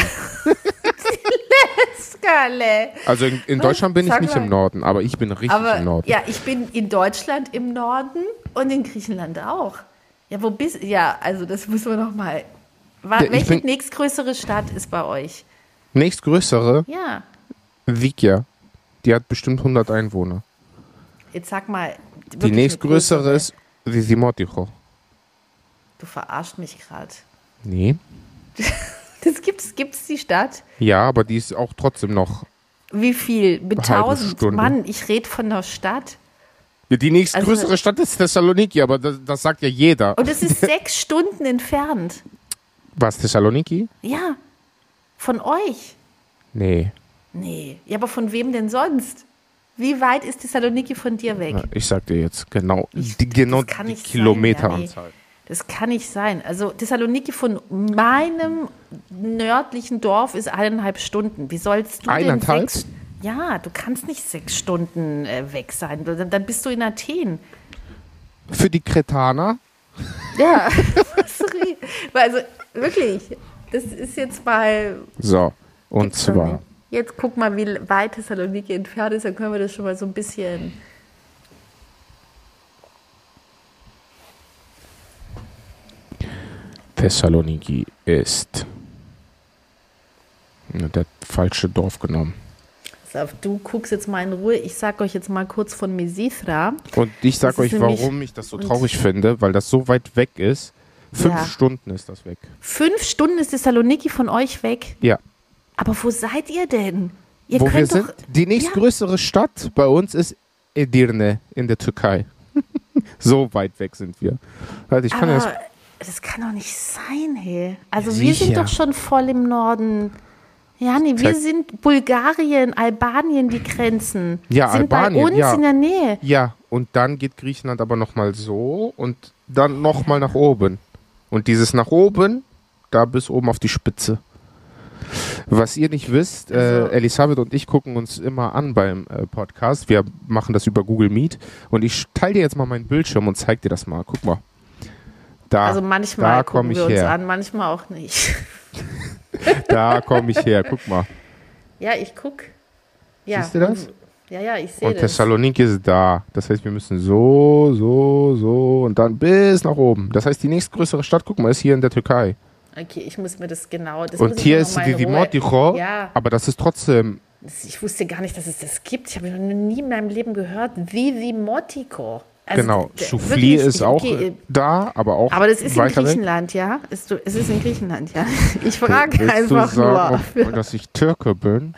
Skalle. Also in Deutschland bin ich nicht im Norden, aber ich bin richtig im Norden. Ja, ich bin in Deutschland im Norden und in Griechenland auch. Ja, wo bist du? Ja, also das müssen wir noch mal. Welche nächstgrößere Stadt ist bei euch? Nächstgrößere? Ja. Vikia. Die hat bestimmt 100 Einwohner. Jetzt sag mal. Die nächstgrößere ist Didymotiko. Du verarschst mich gerade. Nee. Gibt's die Stadt? Ja, aber die ist auch trotzdem noch. Wie viel? Mit 1000? Mann, ich rede von der Stadt. Ja, die nächstgrößere Stadt ist Thessaloniki, aber das sagt ja jeder. Und es ist 6 Stunden entfernt. Was, Thessaloniki? Ja. Von euch? Nee. Ja, aber von wem denn sonst? Wie weit ist Thessaloniki von dir weg? Ja, ich sag dir jetzt genau die Kilometeranzahl. Das kann nicht sein. Also Thessaloniki von meinem nördlichen Dorf ist 1,5 Stunden. Wie sollst du denn 6? Ja, du kannst nicht 6 Stunden weg sein. Dann bist du in Athen. Für die Kretaner? Ja, sorry. Also wirklich, das ist jetzt mal... So, und zwar... Jetzt guck mal, wie weit Thessaloniki entfernt ist, dann können wir das schon mal so ein bisschen... Thessaloniki ist... Der falsche Dorf genommen. Du guckst jetzt mal in Ruhe. Ich sag euch jetzt mal kurz von Mesithra. Und ich sag euch, warum ich das so traurig finde, weil das so weit weg ist. 5 Stunden ist das weg. 5 Stunden ist Thessaloniki von euch weg? Ja. Aber wo seid ihr denn? Wo wir sind? Die nächstgrößere Stadt bei uns ist Edirne in der Türkei. So weit weg sind wir. Also das kann doch nicht sein, hey. Also wir sind doch schon voll im Norden. Ja, nee, wir sind Bulgarien, Albanien, die Grenzen. Ja, sind Albanien, bei uns in der Nähe. Ja, und dann geht Griechenland aber nochmal so und dann nochmal nach oben. Und dieses nach oben, da bis oben auf die Spitze. Was ihr nicht wisst, Elisabeth und ich gucken uns immer an beim Podcast. Wir machen das über Google Meet. Und ich teile dir jetzt mal meinen Bildschirm und zeige dir das mal. Guck mal. Also manchmal gucken wir uns an, manchmal auch nicht. Da komme ich her, guck mal. Ja, ich guck. Ja. Siehst du das? Ja, ich sehe das. Und Thessaloniki ist da. Das heißt, wir müssen so und dann bis nach oben. Das heißt, die nächstgrößere Stadt, guck mal, ist hier in der Türkei. Okay, ich muss mir das genau... und hier ist Didymotiko, aber das ist trotzdem... Ich wusste gar nicht, dass es das gibt. Ich habe noch nie in meinem Leben gehört. Didymotiko. Also genau, Soufli ist auch da, aber auch aber das ist in Griechenland, ja? Es ist in Griechenland, ja? Ich frage einfach nur. Dass ich Türke bin?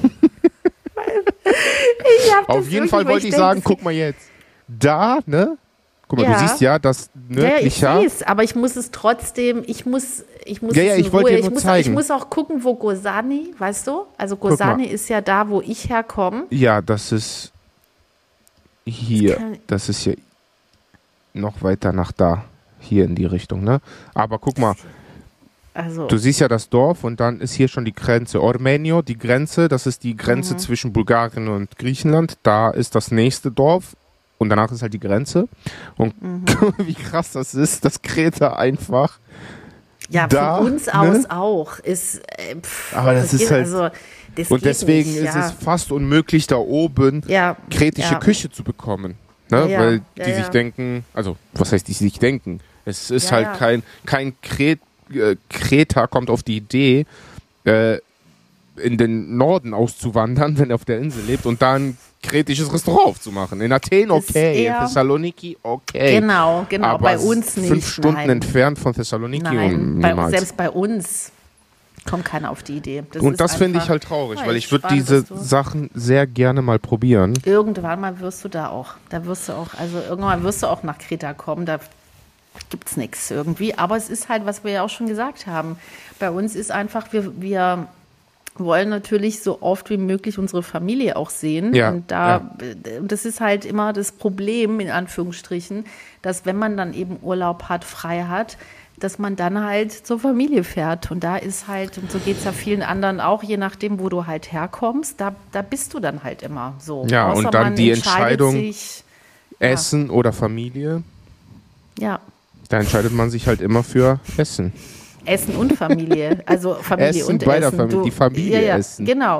Auf jeden Fall wollte ich sagen, guck mal jetzt. Da, ne? Guck mal, du siehst ja, das nördlicher... Ja, ich sehe es, aber ich muss es trotzdem, ich muss ich wollte dir nur zeigen. Ich muss auch gucken, wo Gozani, weißt du? Also Gozani ist ja da, wo ich herkomme. Ja, das ist... Hier, das ist hier noch weiter nach da, hier in die Richtung, ne? Aber guck mal, du siehst ja das Dorf und dann ist hier schon die Grenze. Ormenio, die Grenze, das ist die Grenze zwischen Bulgarien und Griechenland. Da ist das nächste Dorf und danach ist halt die Grenze. Und wie krass das ist, dass Kreta einfach da, von uns aus auch ist. Aber das ist halt... Also, und deswegen ist es fast unmöglich, da oben kretische Küche zu bekommen. Ne? Weil die sich denken, also was heißt die sich denken? Es ist halt kein Kreter kommt auf die Idee, in den Norden auszuwandern, wenn er auf der Insel lebt und da ein kretisches Restaurant aufzumachen. In Athen okay, in Thessaloniki okay. Genau, aber bei uns nicht. 5 Stunden entfernt von Thessaloniki. Nein, selbst bei uns kommt keiner auf die Idee. Und das finde ich halt traurig, weil ich würde diese Sachen sehr gerne mal probieren. Irgendwann mal wirst du irgendwann wirst du auch nach Kreta kommen, da gibt es nichts irgendwie. Aber es ist halt, was wir ja auch schon gesagt haben, bei uns ist einfach, wir wollen natürlich so oft wie möglich unsere Familie auch sehen. Ja, und das ist halt immer das Problem, in Anführungsstrichen, dass wenn man dann eben Urlaub hat, frei hat, dass man dann halt zur Familie fährt. Und da ist halt, und so geht es ja vielen anderen auch, je nachdem, wo du halt herkommst, da bist du dann halt immer so. Ja, außer und dann man die Entscheidung, Essen ja. oder Familie. Ja. Da entscheidet man sich halt immer für Essen. Essen und Familie, also Familie Essen und bei der Essen. Familie, die Familie essen. Genau.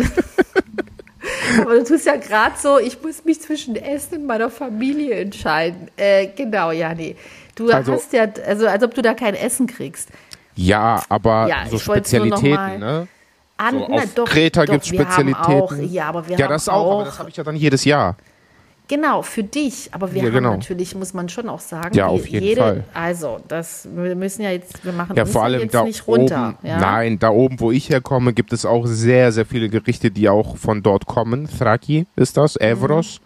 Aber du tust ja gerade so, ich muss mich zwischen Essen und meiner Familie entscheiden. Genau, Jani. Du hast ja, also als ob du da kein Essen kriegst. Ja, aber so Spezialitäten, ne? Auf Kreta gibt es Spezialitäten. Aber das auch, aber das habe ich ja dann jedes Jahr. Genau, für dich. Aber wir haben natürlich, muss man schon auch sagen, ja, auf jeden Fall. Also, wir müssen ja jetzt, wir machen uns vor allem jetzt da nicht runter. Oben, ja? Nein, da oben, wo ich herkomme, gibt es auch sehr, sehr viele Gerichte, die auch von dort kommen. Thraki ist das, Evros.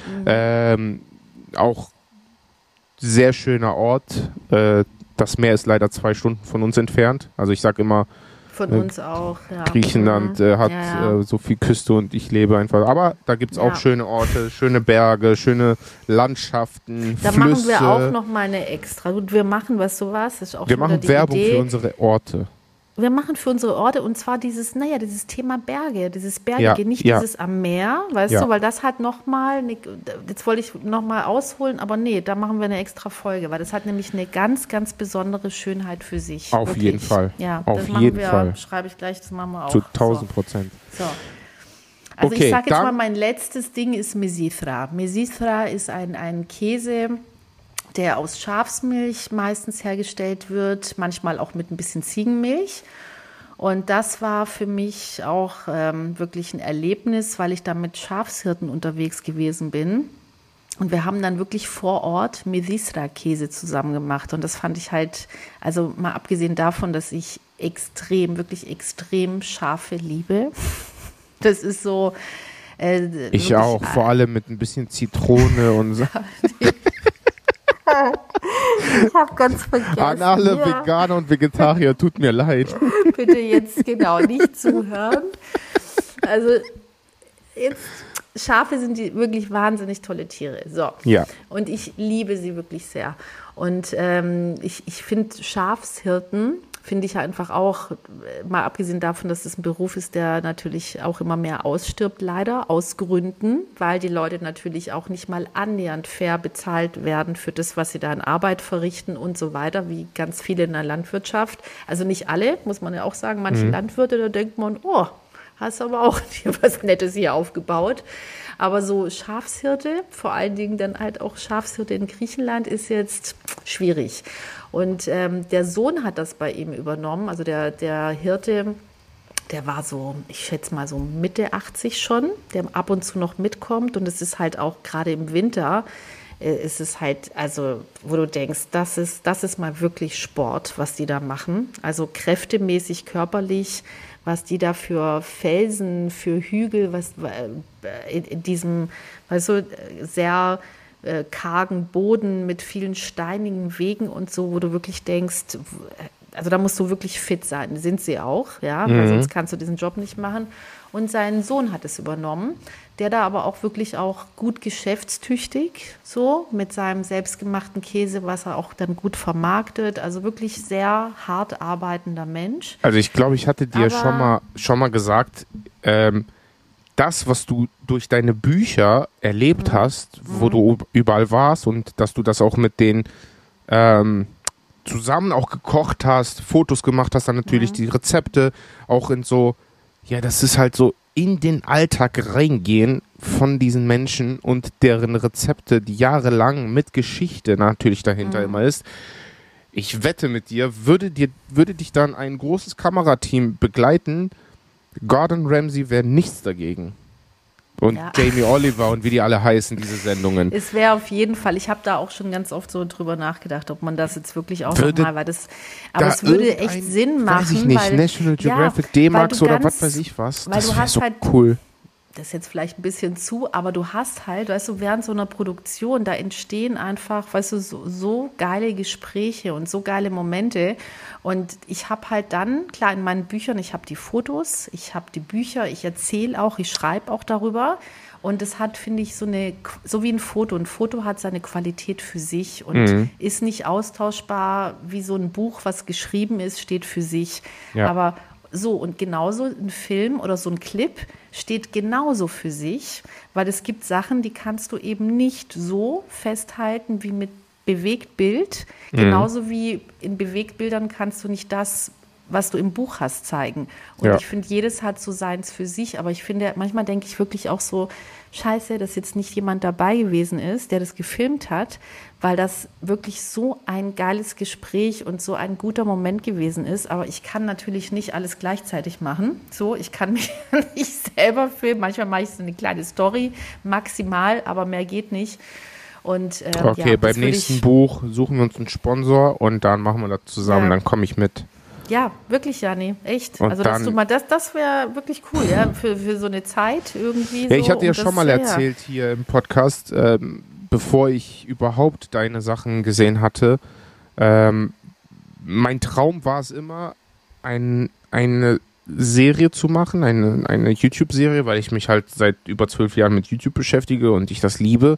Auch sehr schöner Ort. Das Meer ist leider 2 Stunden von uns entfernt. Also ich sage immer, von uns auch, ja. Griechenland hat so viel Küste und ich lebe einfach. Aber da gibt es auch schöne Orte, schöne Berge, schöne Landschaften, da Flüsse. machen wir auch nochmal eine extra. Wir machen, weißt du was? Ist auch wir machen Werbung für unsere Orte. Wir machen für unsere Orte und zwar dieses Thema Berge, dieses Bergige, nicht dieses am Meer, weißt du, weil das hat nochmal, jetzt wollte ich nochmal ausholen, aber nee, da machen wir eine extra Folge, weil das hat nämlich eine ganz, ganz besondere Schönheit für sich. Auf jeden Fall. Ja, auf jeden Fall. Schreibe ich gleich, das machen wir auch. Zu 1000%. So. Also ich sage jetzt mal, mein letztes Ding ist Mesitra. Mesitra ist ein Käse, der aus Schafsmilch meistens hergestellt wird, manchmal auch mit ein bisschen Ziegenmilch. Und das war für mich auch wirklich ein Erlebnis, weil ich da mit Schafshirten unterwegs gewesen bin. Und wir haben dann wirklich vor Ort Mesitra-Käse zusammen gemacht. Und das fand ich halt, also mal abgesehen davon, dass ich wirklich extrem Schafe liebe. Das ist so... ich auch, vor allem mit ein bisschen Zitrone und so. Ich habe ganz vergessen. An alle Veganer und Vegetarier, tut mir leid. Bitte jetzt nicht zuhören. Also Schafe sind wirklich wahnsinnig tolle Tiere. So. Ja. Und ich liebe sie wirklich sehr. Und ich finde Schafshirten, finde ich einfach auch, mal abgesehen davon, dass es ein Beruf ist, der natürlich auch immer mehr ausstirbt, leider, aus Gründen, weil die Leute natürlich auch nicht mal annähernd fair bezahlt werden für das, was sie da an Arbeit verrichten und so weiter, wie ganz viele in der Landwirtschaft. Also nicht alle, muss man ja auch sagen, manche Landwirte, da denkt man, oh, hast aber auch was Nettes hier aufgebaut. Aber so Schafshirte, vor allen Dingen dann halt auch Schafshirte in Griechenland, ist jetzt schwierig. Und der Sohn hat das bei ihm übernommen. Also der Hirte, der war so, ich schätze mal so Mitte 80 schon, der ab und zu noch mitkommt. Und es ist halt auch gerade im Winter, ist es halt, also wo du denkst, das ist mal wirklich Sport, was die da machen. Also kräftemäßig, körperlich, was die da für Felsen, für Hügel, was in diesem, weißt du, sehr kargen Boden mit vielen steinigen Wegen und so, wo du wirklich denkst, also da musst du wirklich fit sein. Sind sie auch, ja, weil sonst kannst du diesen Job nicht machen. Und sein Sohn hat es übernommen, der da aber auch wirklich auch gut geschäftstüchtig, so mit seinem selbstgemachten Käse, was er auch dann gut vermarktet. Also wirklich sehr hart arbeitender Mensch. Also ich glaube, ich hatte dir schon mal gesagt, das, was du durch deine Bücher erlebt hast, wo du überall warst und dass du das auch mit denen zusammen auch gekocht hast, Fotos gemacht hast, dann natürlich die Rezepte auch in so, ja, das ist halt so in den Alltag reingehen von diesen Menschen und deren Rezepte, die jahrelang mit Geschichte natürlich dahinter immer ist. Ich wette mit dir, würde dich dann ein großes Kamerateam begleiten, Gordon Ramsay wäre nichts dagegen. Und Jamie Oliver und wie die alle heißen, diese Sendungen. Es wäre auf jeden Fall, ich habe da auch schon ganz oft so drüber nachgedacht, ob man das jetzt wirklich auch nochmal, weil das, aber es würde echt Sinn machen. Weiß ich nicht, weil, National Geographic, D-Max oder was weiß ich was. Das wäre so halt, cool. Das ist jetzt vielleicht ein bisschen aber du hast halt, weißt du, während so einer Produktion, da entstehen einfach, weißt du, so geile Gespräche und so geile Momente. Und ich habe halt dann, klar, in meinen Büchern, ich habe die Fotos, ich habe die Bücher, ich erzähle auch, ich schreibe auch darüber. Und es hat, finde ich, so wie ein Foto. Ein Foto hat seine Qualität für sich und ist nicht austauschbar wie so ein Buch, was geschrieben ist, steht für sich. Ja. Aber so, und genauso ein Film oder so ein Clip steht genauso für sich, weil es gibt Sachen, die kannst du eben nicht so festhalten wie mit Bewegtbild. Genauso wie in Bewegtbildern kannst du nicht das, was du im Buch hast, zeigen. Und ich finde, jedes hat so seins für sich, aber ich finde, manchmal denke ich wirklich auch so, scheiße, dass jetzt nicht jemand dabei gewesen ist, der das gefilmt hat, weil das wirklich so ein geiles Gespräch und so ein guter Moment gewesen ist. Aber ich kann natürlich nicht alles gleichzeitig machen. So, ich kann mich nicht selber filmen. Manchmal mache ich so eine kleine Story, maximal, aber mehr geht nicht. Und, okay, beim nächsten Buch suchen wir uns einen Sponsor und dann machen wir das zusammen, dann komme ich mit. Ja, wirklich, Jani, echt. Und also, dass du mal das wäre wirklich cool, ja, für so eine Zeit irgendwie. Ja, ich hatte ja schon mal erzählt hier im Podcast, bevor ich überhaupt deine Sachen gesehen hatte, mein Traum war es immer, eine Serie zu machen, eine YouTube-Serie, weil ich mich halt seit über 12 Jahren mit YouTube beschäftige und ich das liebe,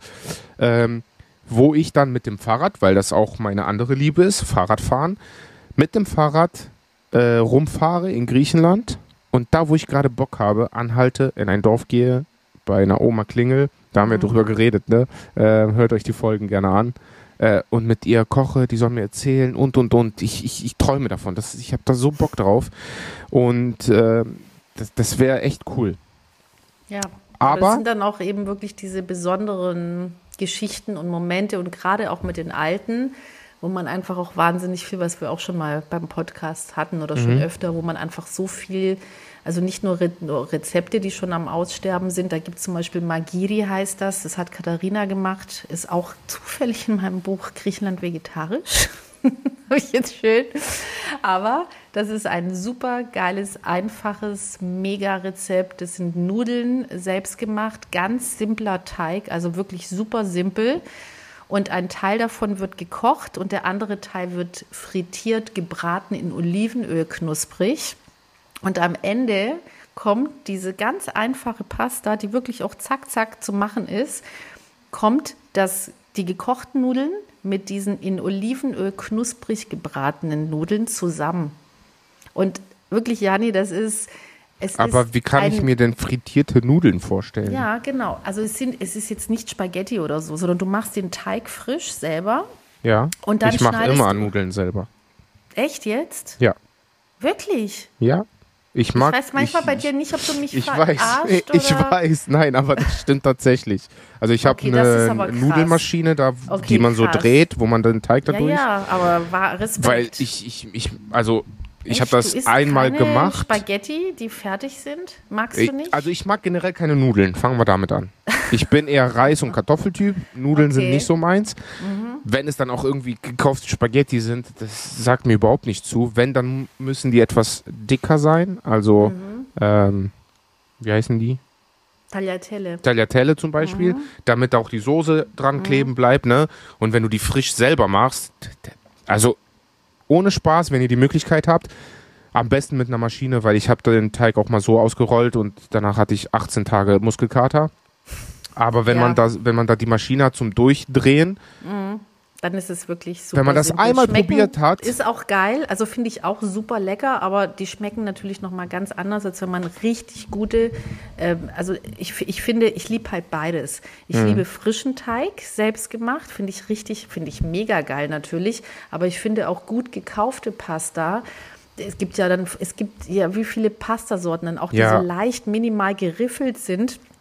wo ich dann mit dem Fahrrad, weil das auch meine andere Liebe ist, Fahrradfahren, mit dem Fahrrad rumfahre in Griechenland und da, wo ich gerade Bock habe, anhalte, in ein Dorf gehe, bei einer Oma klingel, da haben wir drüber geredet, ne? Hört euch die Folgen gerne an. Und mit ihr koche, die soll mir erzählen und. Ich träume davon. Ich habe da so Bock drauf. Und das wäre echt cool. Ja, aber das sind dann auch eben wirklich diese besonderen Geschichten und Momente und gerade auch mit den Alten, wo man einfach auch wahnsinnig viel, was wir auch schon mal beim Podcast hatten oder schon öfter, wo man einfach so viel, also nicht nur Rezepte, die schon am Aussterben sind, da gibt es zum Beispiel Magiri heißt das hat Katharina gemacht, ist auch zufällig in meinem Buch Griechenland vegetarisch, habe ich jetzt schön, aber das ist ein super geiles, einfaches Mega-Rezept, das sind Nudeln selbst gemacht, ganz simpler Teig, also wirklich super simpel. Und ein Teil davon wird gekocht und der andere Teil wird frittiert, gebraten in Olivenöl knusprig. Und am Ende kommt diese ganz einfache Pasta, die wirklich auch zack, zack zu machen ist, kommt die gekochten Nudeln mit diesen in Olivenöl knusprig gebratenen Nudeln zusammen. Und wirklich, Jani, das ist... Aber wie kann ich mir denn frittierte Nudeln vorstellen? Ja, genau. Also es ist jetzt nicht Spaghetti oder so, sondern du machst den Teig frisch selber. Ja, und dann ich mache immer Nudeln selber. Echt jetzt? Ja. Wirklich? Ja. Ich weiß manchmal bei dir nicht, ob du mich verarscht oder? Ich weiß, nein, aber das stimmt tatsächlich. Also ich habe eine Nudelmaschine, die man so dreht, wo man den Teig dadurch... Ja, aber Respekt. Weil ich habe das einmal gemacht. Spaghetti, die fertig sind? Magst du nicht? Also ich mag generell keine Nudeln. Fangen wir damit an. Ich bin eher Reis- und Kartoffeltyp. Nudeln sind nicht so meins. Wenn es dann auch irgendwie gekaufte Spaghetti sind, das sagt mir überhaupt nicht zu. Wenn, dann müssen die etwas dicker sein. Also, wie heißen die? Tagliatelle zum Beispiel. Damit auch die Soße dran kleben bleibt. Ne? Und wenn du die frisch selber machst, also ohne Spaß, wenn ihr die Möglichkeit habt, am besten mit einer Maschine, weil ich habe den Teig auch mal so ausgerollt und danach hatte ich 18 Tage Muskelkater. Aber wenn man da die Maschine hat zum Durchdrehen, dann ist es wirklich super. Wenn man das einmal probiert hat. Ist auch geil, also finde ich auch super lecker, aber die schmecken natürlich nochmal ganz anders, als wenn man richtig gute, also ich finde, ich liebe halt beides. Ich liebe frischen Teig, selbst gemacht, finde ich mega geil natürlich, aber ich finde auch gut gekaufte Pasta. Es gibt ja wie viele Pastasorten dann auch, die so leicht minimal geriffelt sind.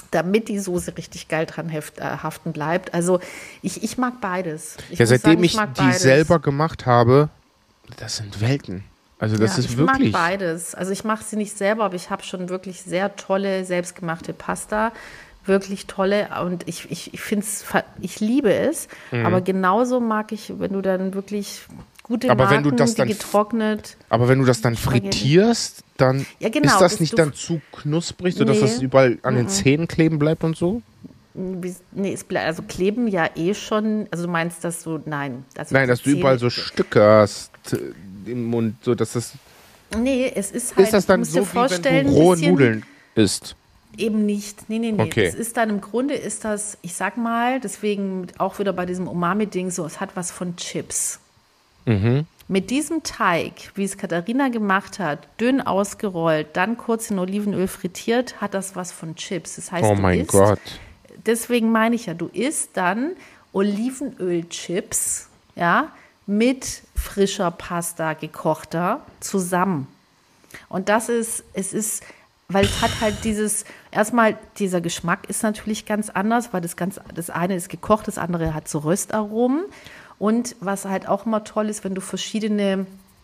damit die Soße richtig geil dran haften bleibt. Also ich mag beides. Seitdem ich die selber gemacht habe, das sind Welten. Also das ist wirklich... Ich mag beides. Also ich mache sie nicht selber, aber ich habe schon wirklich sehr tolle, selbstgemachte Pasta. Wirklich tolle. Und ich finde es, ich liebe es. Aber genauso mag ich, wenn du dann wirklich gute Marken, die getrocknet... Aber wenn du das dann frittierst, dann ist das nicht dann zu knusprig, sodass das überall an den Zähnen kleben bleibt und so? Nee, also kleben ja schon. Also du meinst, dass du, nein. Nein, dass du überall so Stücke hast im Mund, so dass das... Nee, es ist halt... Ist das dann so, wie wenn du rohe Nudeln isst? Eben nicht. Nee. Okay. Es ist dann im Grunde, ist das, ich sag mal, deswegen auch wieder bei diesem Umami-Ding so, es hat was von Chips. Mit diesem Teig, wie es Katharina gemacht hat, dünn ausgerollt, dann kurz in Olivenöl frittiert, hat das was von Chips. Das heißt, oh mein Gott. Deswegen meine ich ja, du isst dann Olivenöl-Chips, ja, mit frischer Pasta, gekochter, zusammen. Und weil es hat halt erstmal dieser Geschmack ist natürlich ganz anders, weil das eine ist gekocht, das andere hat so Röstaromen. Und was halt auch immer toll ist, wenn du verschiedene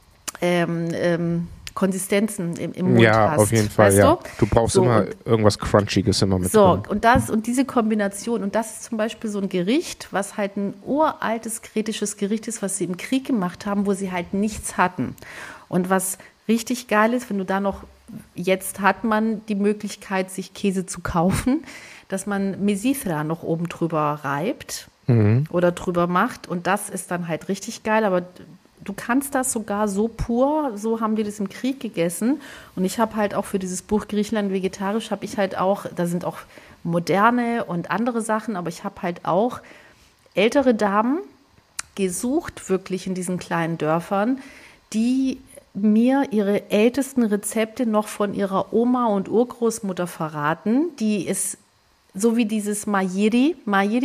Konsistenzen im Mund hast. Ja, auf jeden Fall, weißt ja. Du brauchst immer irgendwas Crunchiges immer mit drin. Und diese Kombination, und das ist zum Beispiel so ein Gericht, was halt ein uraltes kretisches Gericht ist, was sie im Krieg gemacht haben, wo sie halt nichts hatten. Und was richtig geil ist, wenn du da noch, jetzt hat man die Möglichkeit, sich Käse zu kaufen, dass man Mesitra noch oben drüber reibt oder drüber macht. Und das ist dann halt richtig geil, aber du kannst das sogar so pur, so haben die das im Krieg gegessen. Und ich habe halt auch für dieses Buch Griechenland vegetarisch, habe ich halt auch, da sind auch moderne und andere Sachen, aber ich habe halt auch ältere Damen gesucht, wirklich in diesen kleinen Dörfern, die mir ihre ältesten Rezepte noch von ihrer Oma und Urgroßmutter verraten, die ist so wie dieses Mayeri,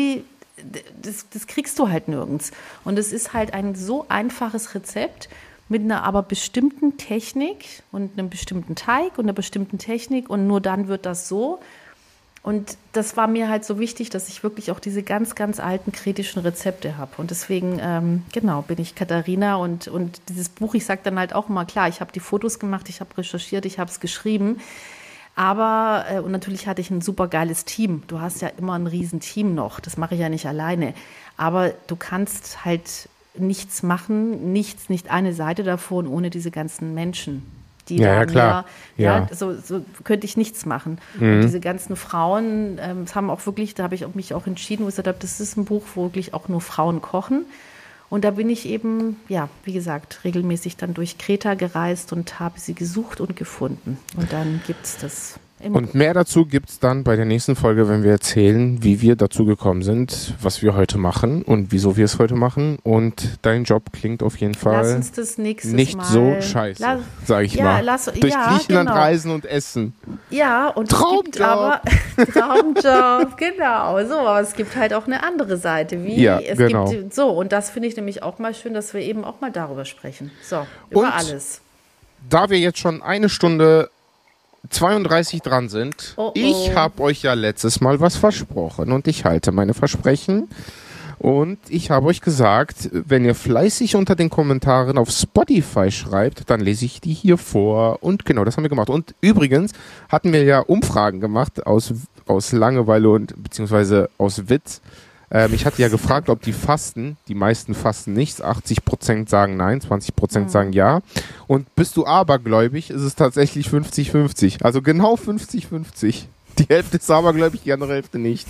das kriegst du halt nirgends. Und es ist halt ein so einfaches Rezept mit einer aber bestimmten Technik und einem bestimmten Teig und einer bestimmten Technik und nur dann wird das so. Und das war mir halt so wichtig, dass ich wirklich auch diese ganz, ganz alten kretischen Rezepte habe. Und deswegen, bin ich Katharina und dieses Buch, ich sage dann halt auch immer, klar, ich habe die Fotos gemacht, ich habe recherchiert, ich habe es geschrieben. Aber, und natürlich hatte ich ein super geiles Team. Du hast ja immer ein Riesenteam noch. Das mache ich ja nicht alleine. Aber du kannst halt nichts machen, nicht eine Seite davon ohne diese ganzen Menschen. Die ja, klar. So könnte ich nichts machen. Und diese ganzen Frauen haben auch wirklich, da habe ich mich auch entschieden, wo ich gesagt habe, das ist ein Buch, wo wirklich auch nur Frauen kochen. Und da bin ich eben, ja, wie gesagt, regelmäßig dann durch Kreta gereist und habe sie gesucht und gefunden. Und dann gibt es das. Und mehr dazu gibt es dann bei der nächsten Folge, wenn wir erzählen, wie wir dazu gekommen sind, was wir heute machen und wieso wir es heute machen. Und dein Job klingt auf jeden Fall lass uns das nicht Mal so scheiße, sage ich mal. Durch Griechenland reisen und essen. Ja, und Traumjob. Traumjob, genau. So, aber es gibt halt auch eine andere Seite. Gibt so, und das finde ich nämlich auch mal schön, dass wir eben auch mal darüber sprechen. So, über alles. Da wir jetzt schon 1 Stunde 32 dran sind. Ich habe euch ja letztes Mal was versprochen und ich halte meine Versprechen. Und ich habe euch gesagt, wenn ihr fleißig unter den Kommentaren auf Spotify schreibt, dann lese ich die hier vor. Und genau, das haben wir gemacht. Und übrigens hatten wir ja Umfragen gemacht aus Langeweile und beziehungsweise aus Witz. Ich hatte ja gefragt, ob die meisten fasten nicht, 80% sagen nein, 20% sagen ja. Und bist du abergläubig, ist es tatsächlich 50-50. Also genau 50-50. Die Hälfte ist abergläubig, die andere Hälfte nicht.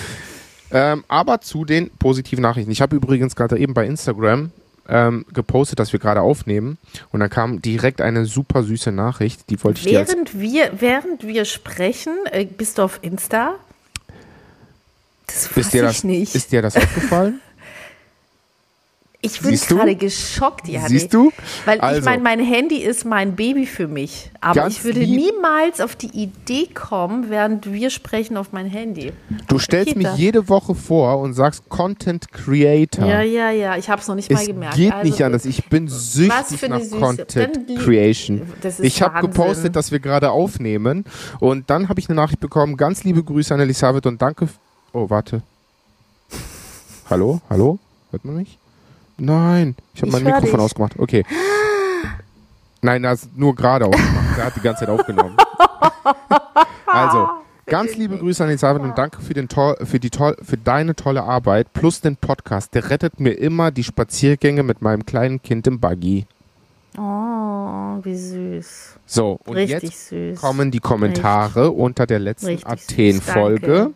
Aber zu den positiven Nachrichten. Ich habe übrigens gerade eben bei Instagram gepostet, dass wir gerade aufnehmen. Und dann kam direkt eine super süße Nachricht, die wollte ich dir Während wir sprechen, bist du auf Insta? Das weiß ich nicht. Ist dir das aufgefallen? Ich bin gerade geschockt, Janik. Siehst du? Weil also, ich meine, mein Handy ist mein Baby für mich. Aber ich würde niemals auf die Idee kommen, während wir sprechen, auf mein Handy. Du stellst mich jede Woche vor und sagst Content Creator. Ja. Ich habe es noch nicht mal gemerkt. Es geht nicht anders. Ich bin süchtig nach Content Creation. Ich habe gepostet, dass wir gerade aufnehmen. Und dann habe ich eine Nachricht bekommen. Ganz liebe Grüße an Elisabeth und danke. Oh, warte. Hallo? Hört man mich? Nein, ich habe mein Mikrofon ausgemacht. Okay. Nein, das ist nur gerade ausgemacht. Der hat die ganze Zeit aufgenommen. Also, ganz liebe Grüße an Elisabeth und danke für deine tolle Arbeit plus den Podcast. Der rettet mir immer die Spaziergänge mit meinem kleinen Kind im Buggy. Oh, wie süß. So, und richtig jetzt süß. kommen die Kommentare unter der letzten Athen-Folge.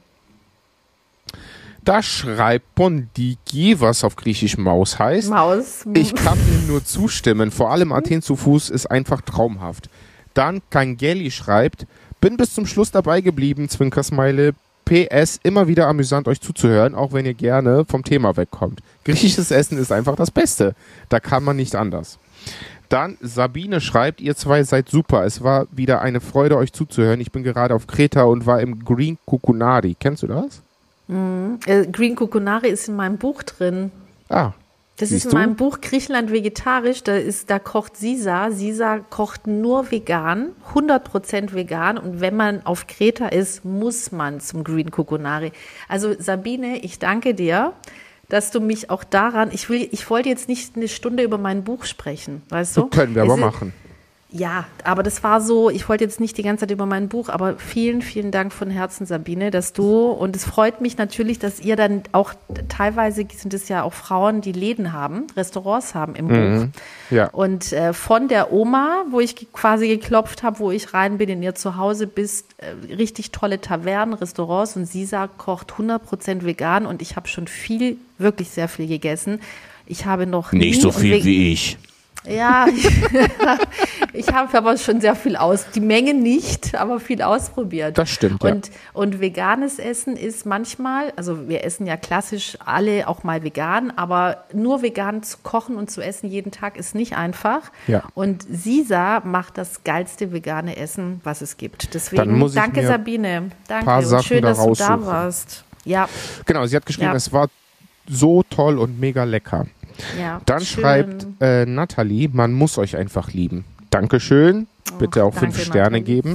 Da schreibt Bondiki, was auf Griechisch Maus heißt. Maus. Ich kann ihm nur zustimmen. Vor allem Athen zu Fuß ist einfach traumhaft. Dann Kangeli schreibt, bin bis zum Schluss dabei geblieben, Zwinkersmile. PS, immer wieder amüsant euch zuzuhören, auch wenn ihr gerne vom Thema wegkommt. Griechisches Essen ist einfach das Beste. Da kann man nicht anders. Dann Sabine schreibt, ihr zwei seid super. Es war wieder eine Freude, euch zuzuhören. Ich bin gerade auf Kreta und war im Green Kukunari. Kennst du das? Green Kukunari ist in meinem Buch drin. Ah. Das ist in meinem Buch Griechenland vegetarisch. Da kocht Sisa. Sisa kocht nur vegan, 100% vegan. Und wenn man auf Kreta ist, muss man zum Green Kukunari. Also Sabine, ich danke dir, dass du mich auch daran, ich wollte jetzt nicht eine Stunde über mein Buch sprechen, weißt du? Können wir aber machen. Ja, aber das war so, ich wollte jetzt nicht die ganze Zeit über mein Buch, aber vielen, vielen Dank von Herzen, Sabine, dass du, und es freut mich natürlich, dass ihr dann auch, teilweise sind es ja auch Frauen, die Läden haben, Restaurants haben im Buch. Ja. Und von der Oma, wo ich quasi geklopft habe, wo ich rein bin in ihr Zuhause, bis richtig tolle Tavernen, Restaurants, und Sisa kocht 100% vegan und ich habe schon wirklich sehr viel gegessen. Ich habe noch nicht so viel wie ich. Ja, ich habe aber schon sehr viel die Menge nicht, aber viel ausprobiert. Das stimmt, ja. Und veganes Essen ist manchmal, also wir essen ja klassisch alle auch mal vegan, aber nur vegan zu kochen und zu essen jeden Tag ist nicht einfach. Ja. Und Sisa macht das geilste vegane Essen, was es gibt. Deswegen danke Sabine, danke und schön, dass du da warst. Ja. Genau, sie hat geschrieben, es war so toll und mega lecker. Ja, dann schreibt Nathalie, man muss euch einfach lieben. Dankeschön. Bitte auch 5 Sterne Nathalie geben.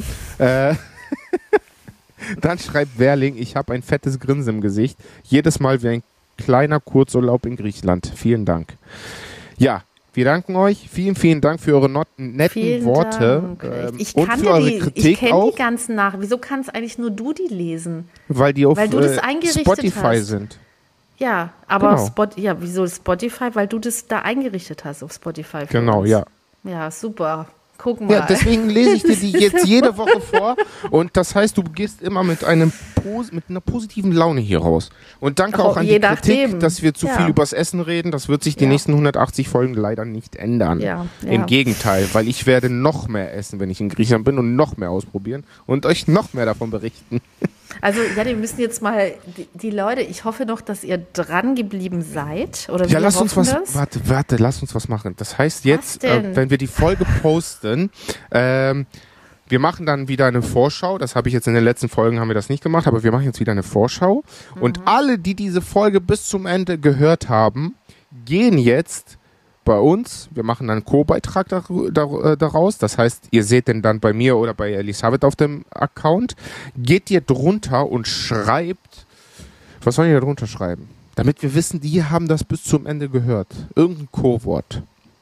Dann schreibt Werling, ich habe ein fettes Grinsen im Gesicht. Jedes Mal wie ein kleiner Kurzurlaub in Griechenland. Vielen Dank. Ja, wir danken euch. Vielen, vielen Dank für eure netten Worte. Ich und für eure Kritik ich kenne die ganzen Nachrichten. Wieso kannst eigentlich nur du die lesen? Weil die auf das eingerichtet Spotify hast. sind. Ja, aber genau. Wieso Spotify? Weil du das da eingerichtet hast auf Spotify. Genau, uns. ja. Ja, super. Guck mal. Ja, deswegen lese ich dir die jetzt jede Woche vor. Und das heißt, du gehst immer mit einer positiven Laune hier raus. Und danke auch an die Kritik, dass wir zu viel übers Essen reden. Das wird sich die nächsten 180 Folgen leider nicht ändern. Ja. Im Gegenteil, weil ich werde noch mehr essen, wenn ich in Griechenland bin und noch mehr ausprobieren und euch noch mehr davon berichten. Also, ja, wir müssen jetzt mal, die Leute, ich hoffe noch, dass ihr dran geblieben seid. Oder ja, lass uns lass uns was machen. Das heißt jetzt, wenn wir die Folge posten, wir machen dann wieder eine Vorschau. Das habe ich jetzt in den letzten Folgen, haben wir das nicht gemacht, aber wir machen jetzt wieder eine Vorschau. Und alle, die diese Folge bis zum Ende gehört haben, gehen jetzt bei uns, wir machen einen Co-Beitrag daraus, das heißt, ihr seht den dann bei mir oder bei Elisabeth auf dem Account, geht ihr drunter und schreibt, was soll ihr drunter schreiben? Damit wir wissen, die haben das bis zum Ende gehört. Irgendein Co-Wort.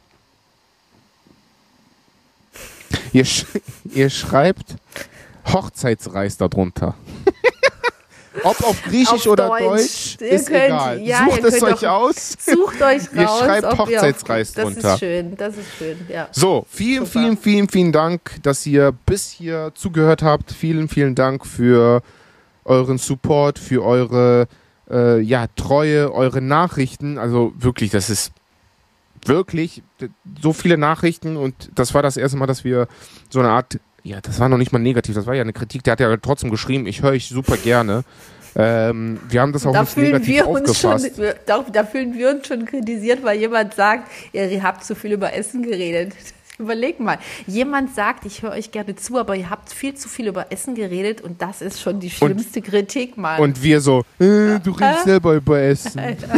Ihr schreibt Hochzeitsreis darunter. Ob auf Griechisch oder Deutsch, ist egal. Sucht es euch aus. Sucht euch raus. Ihr schreibt Hochzeitsreis drunter. Das ist schön, ja. So, vielen Dank, dass ihr bis hier zugehört habt. Vielen, vielen Dank für euren Support, für eure Treue, eure Nachrichten. Also wirklich, das ist wirklich so viele Nachrichten und das war das erste Mal, dass wir so eine Art, ja, das war noch nicht mal negativ, das war ja eine Kritik, der hat ja trotzdem geschrieben, ich höre euch super gerne Wir haben das auch nicht negativ aufgefasst. Da fühlen wir uns schon kritisiert, weil jemand sagt, ihr habt zu viel über Essen geredet. Überleg mal, jemand sagt, ich höre euch gerne zu, aber ihr habt viel zu viel über Essen geredet und das ist schon die schlimmste Kritik, Mann. Und wir so, du redest selber über Essen.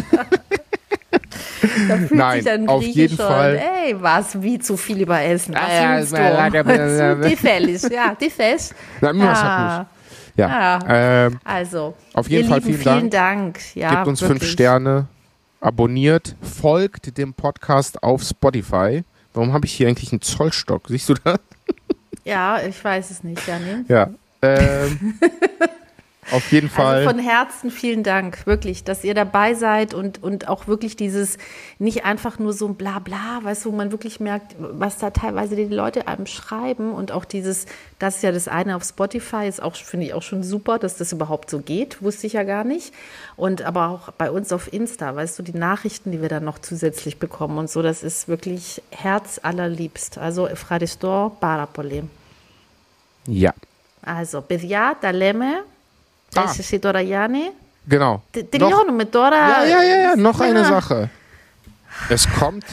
Da fühlt Nein, sich dann auf jeden schon, Fall. Ey, was, wie zu viel über Essen? Was fühlst du? Die Fällig, ja, die Fest. Ja. Also, auf jeden Fall vielen Dank. Ja, gebt uns wirklich. 5 Sterne, abonniert, folgt dem Podcast auf Spotify. Warum habe ich hier eigentlich einen Zollstock? Siehst du das? Ja, ich weiß es nicht, Janine. Ja. Auf jeden Fall. Also von Herzen vielen Dank, wirklich, dass ihr dabei seid und auch wirklich dieses, nicht einfach nur so ein Blabla, weißt du, wo man wirklich merkt, was da teilweise die Leute einem schreiben und auch dieses, das ist ja das eine auf Spotify, ist auch, finde ich auch schon super, dass das überhaupt so geht, wusste ich ja gar nicht. Und aber auch bei uns auf Insta, weißt du, die Nachrichten, die wir dann noch zusätzlich bekommen und so, das ist wirklich herzallerliebst. Also, Efradisto Parapole. Ja. Also, παιδιά, τα λέμε. Ist es τώρα, Γιάννη? Genau. Τελειώνουμε τώρα. Ja. Noch eine Sache. Es kommt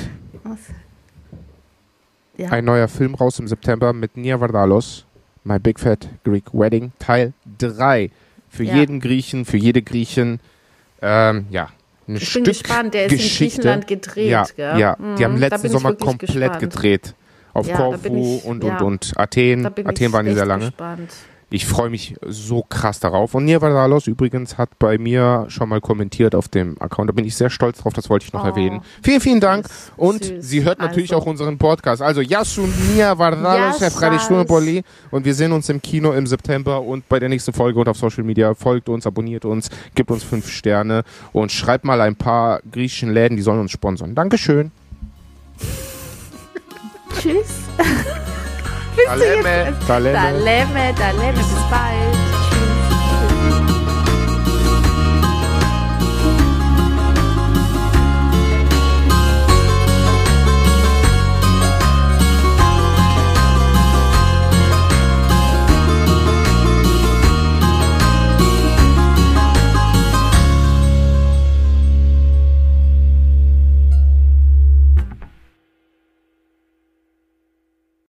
ein neuer Film raus im September mit Nia Vardalos. My Big Fat Greek Wedding, Teil 3. Für jeden Griechen, für jede Griechin. Ich bin gespannt, der ist in Griechenland gedreht. Ja. Die haben letzten Sommer komplett gedreht. Auf Korfu und Athen. Athen waren die sehr lange. Gespannt. Ich freue mich so krass darauf. Und Nia Vardalos übrigens hat bei mir schon mal kommentiert auf dem Account. Da bin ich sehr stolz drauf, das wollte ich noch erwähnen. Vielen, vielen Dank. Und süß. Sie hört natürlich auch unseren Podcast. Also, Yasu Nia Vardalos, Efradisto Parapole. Und wir sehen uns im Kino im September und bei der nächsten Folge und auf Social Media. Folgt uns, abonniert uns, gibt uns 5 Sterne und schreibt mal ein paar griechischen Läden, die sollen uns sponsern. Dankeschön. Tschüss. Taleme. Bis bald.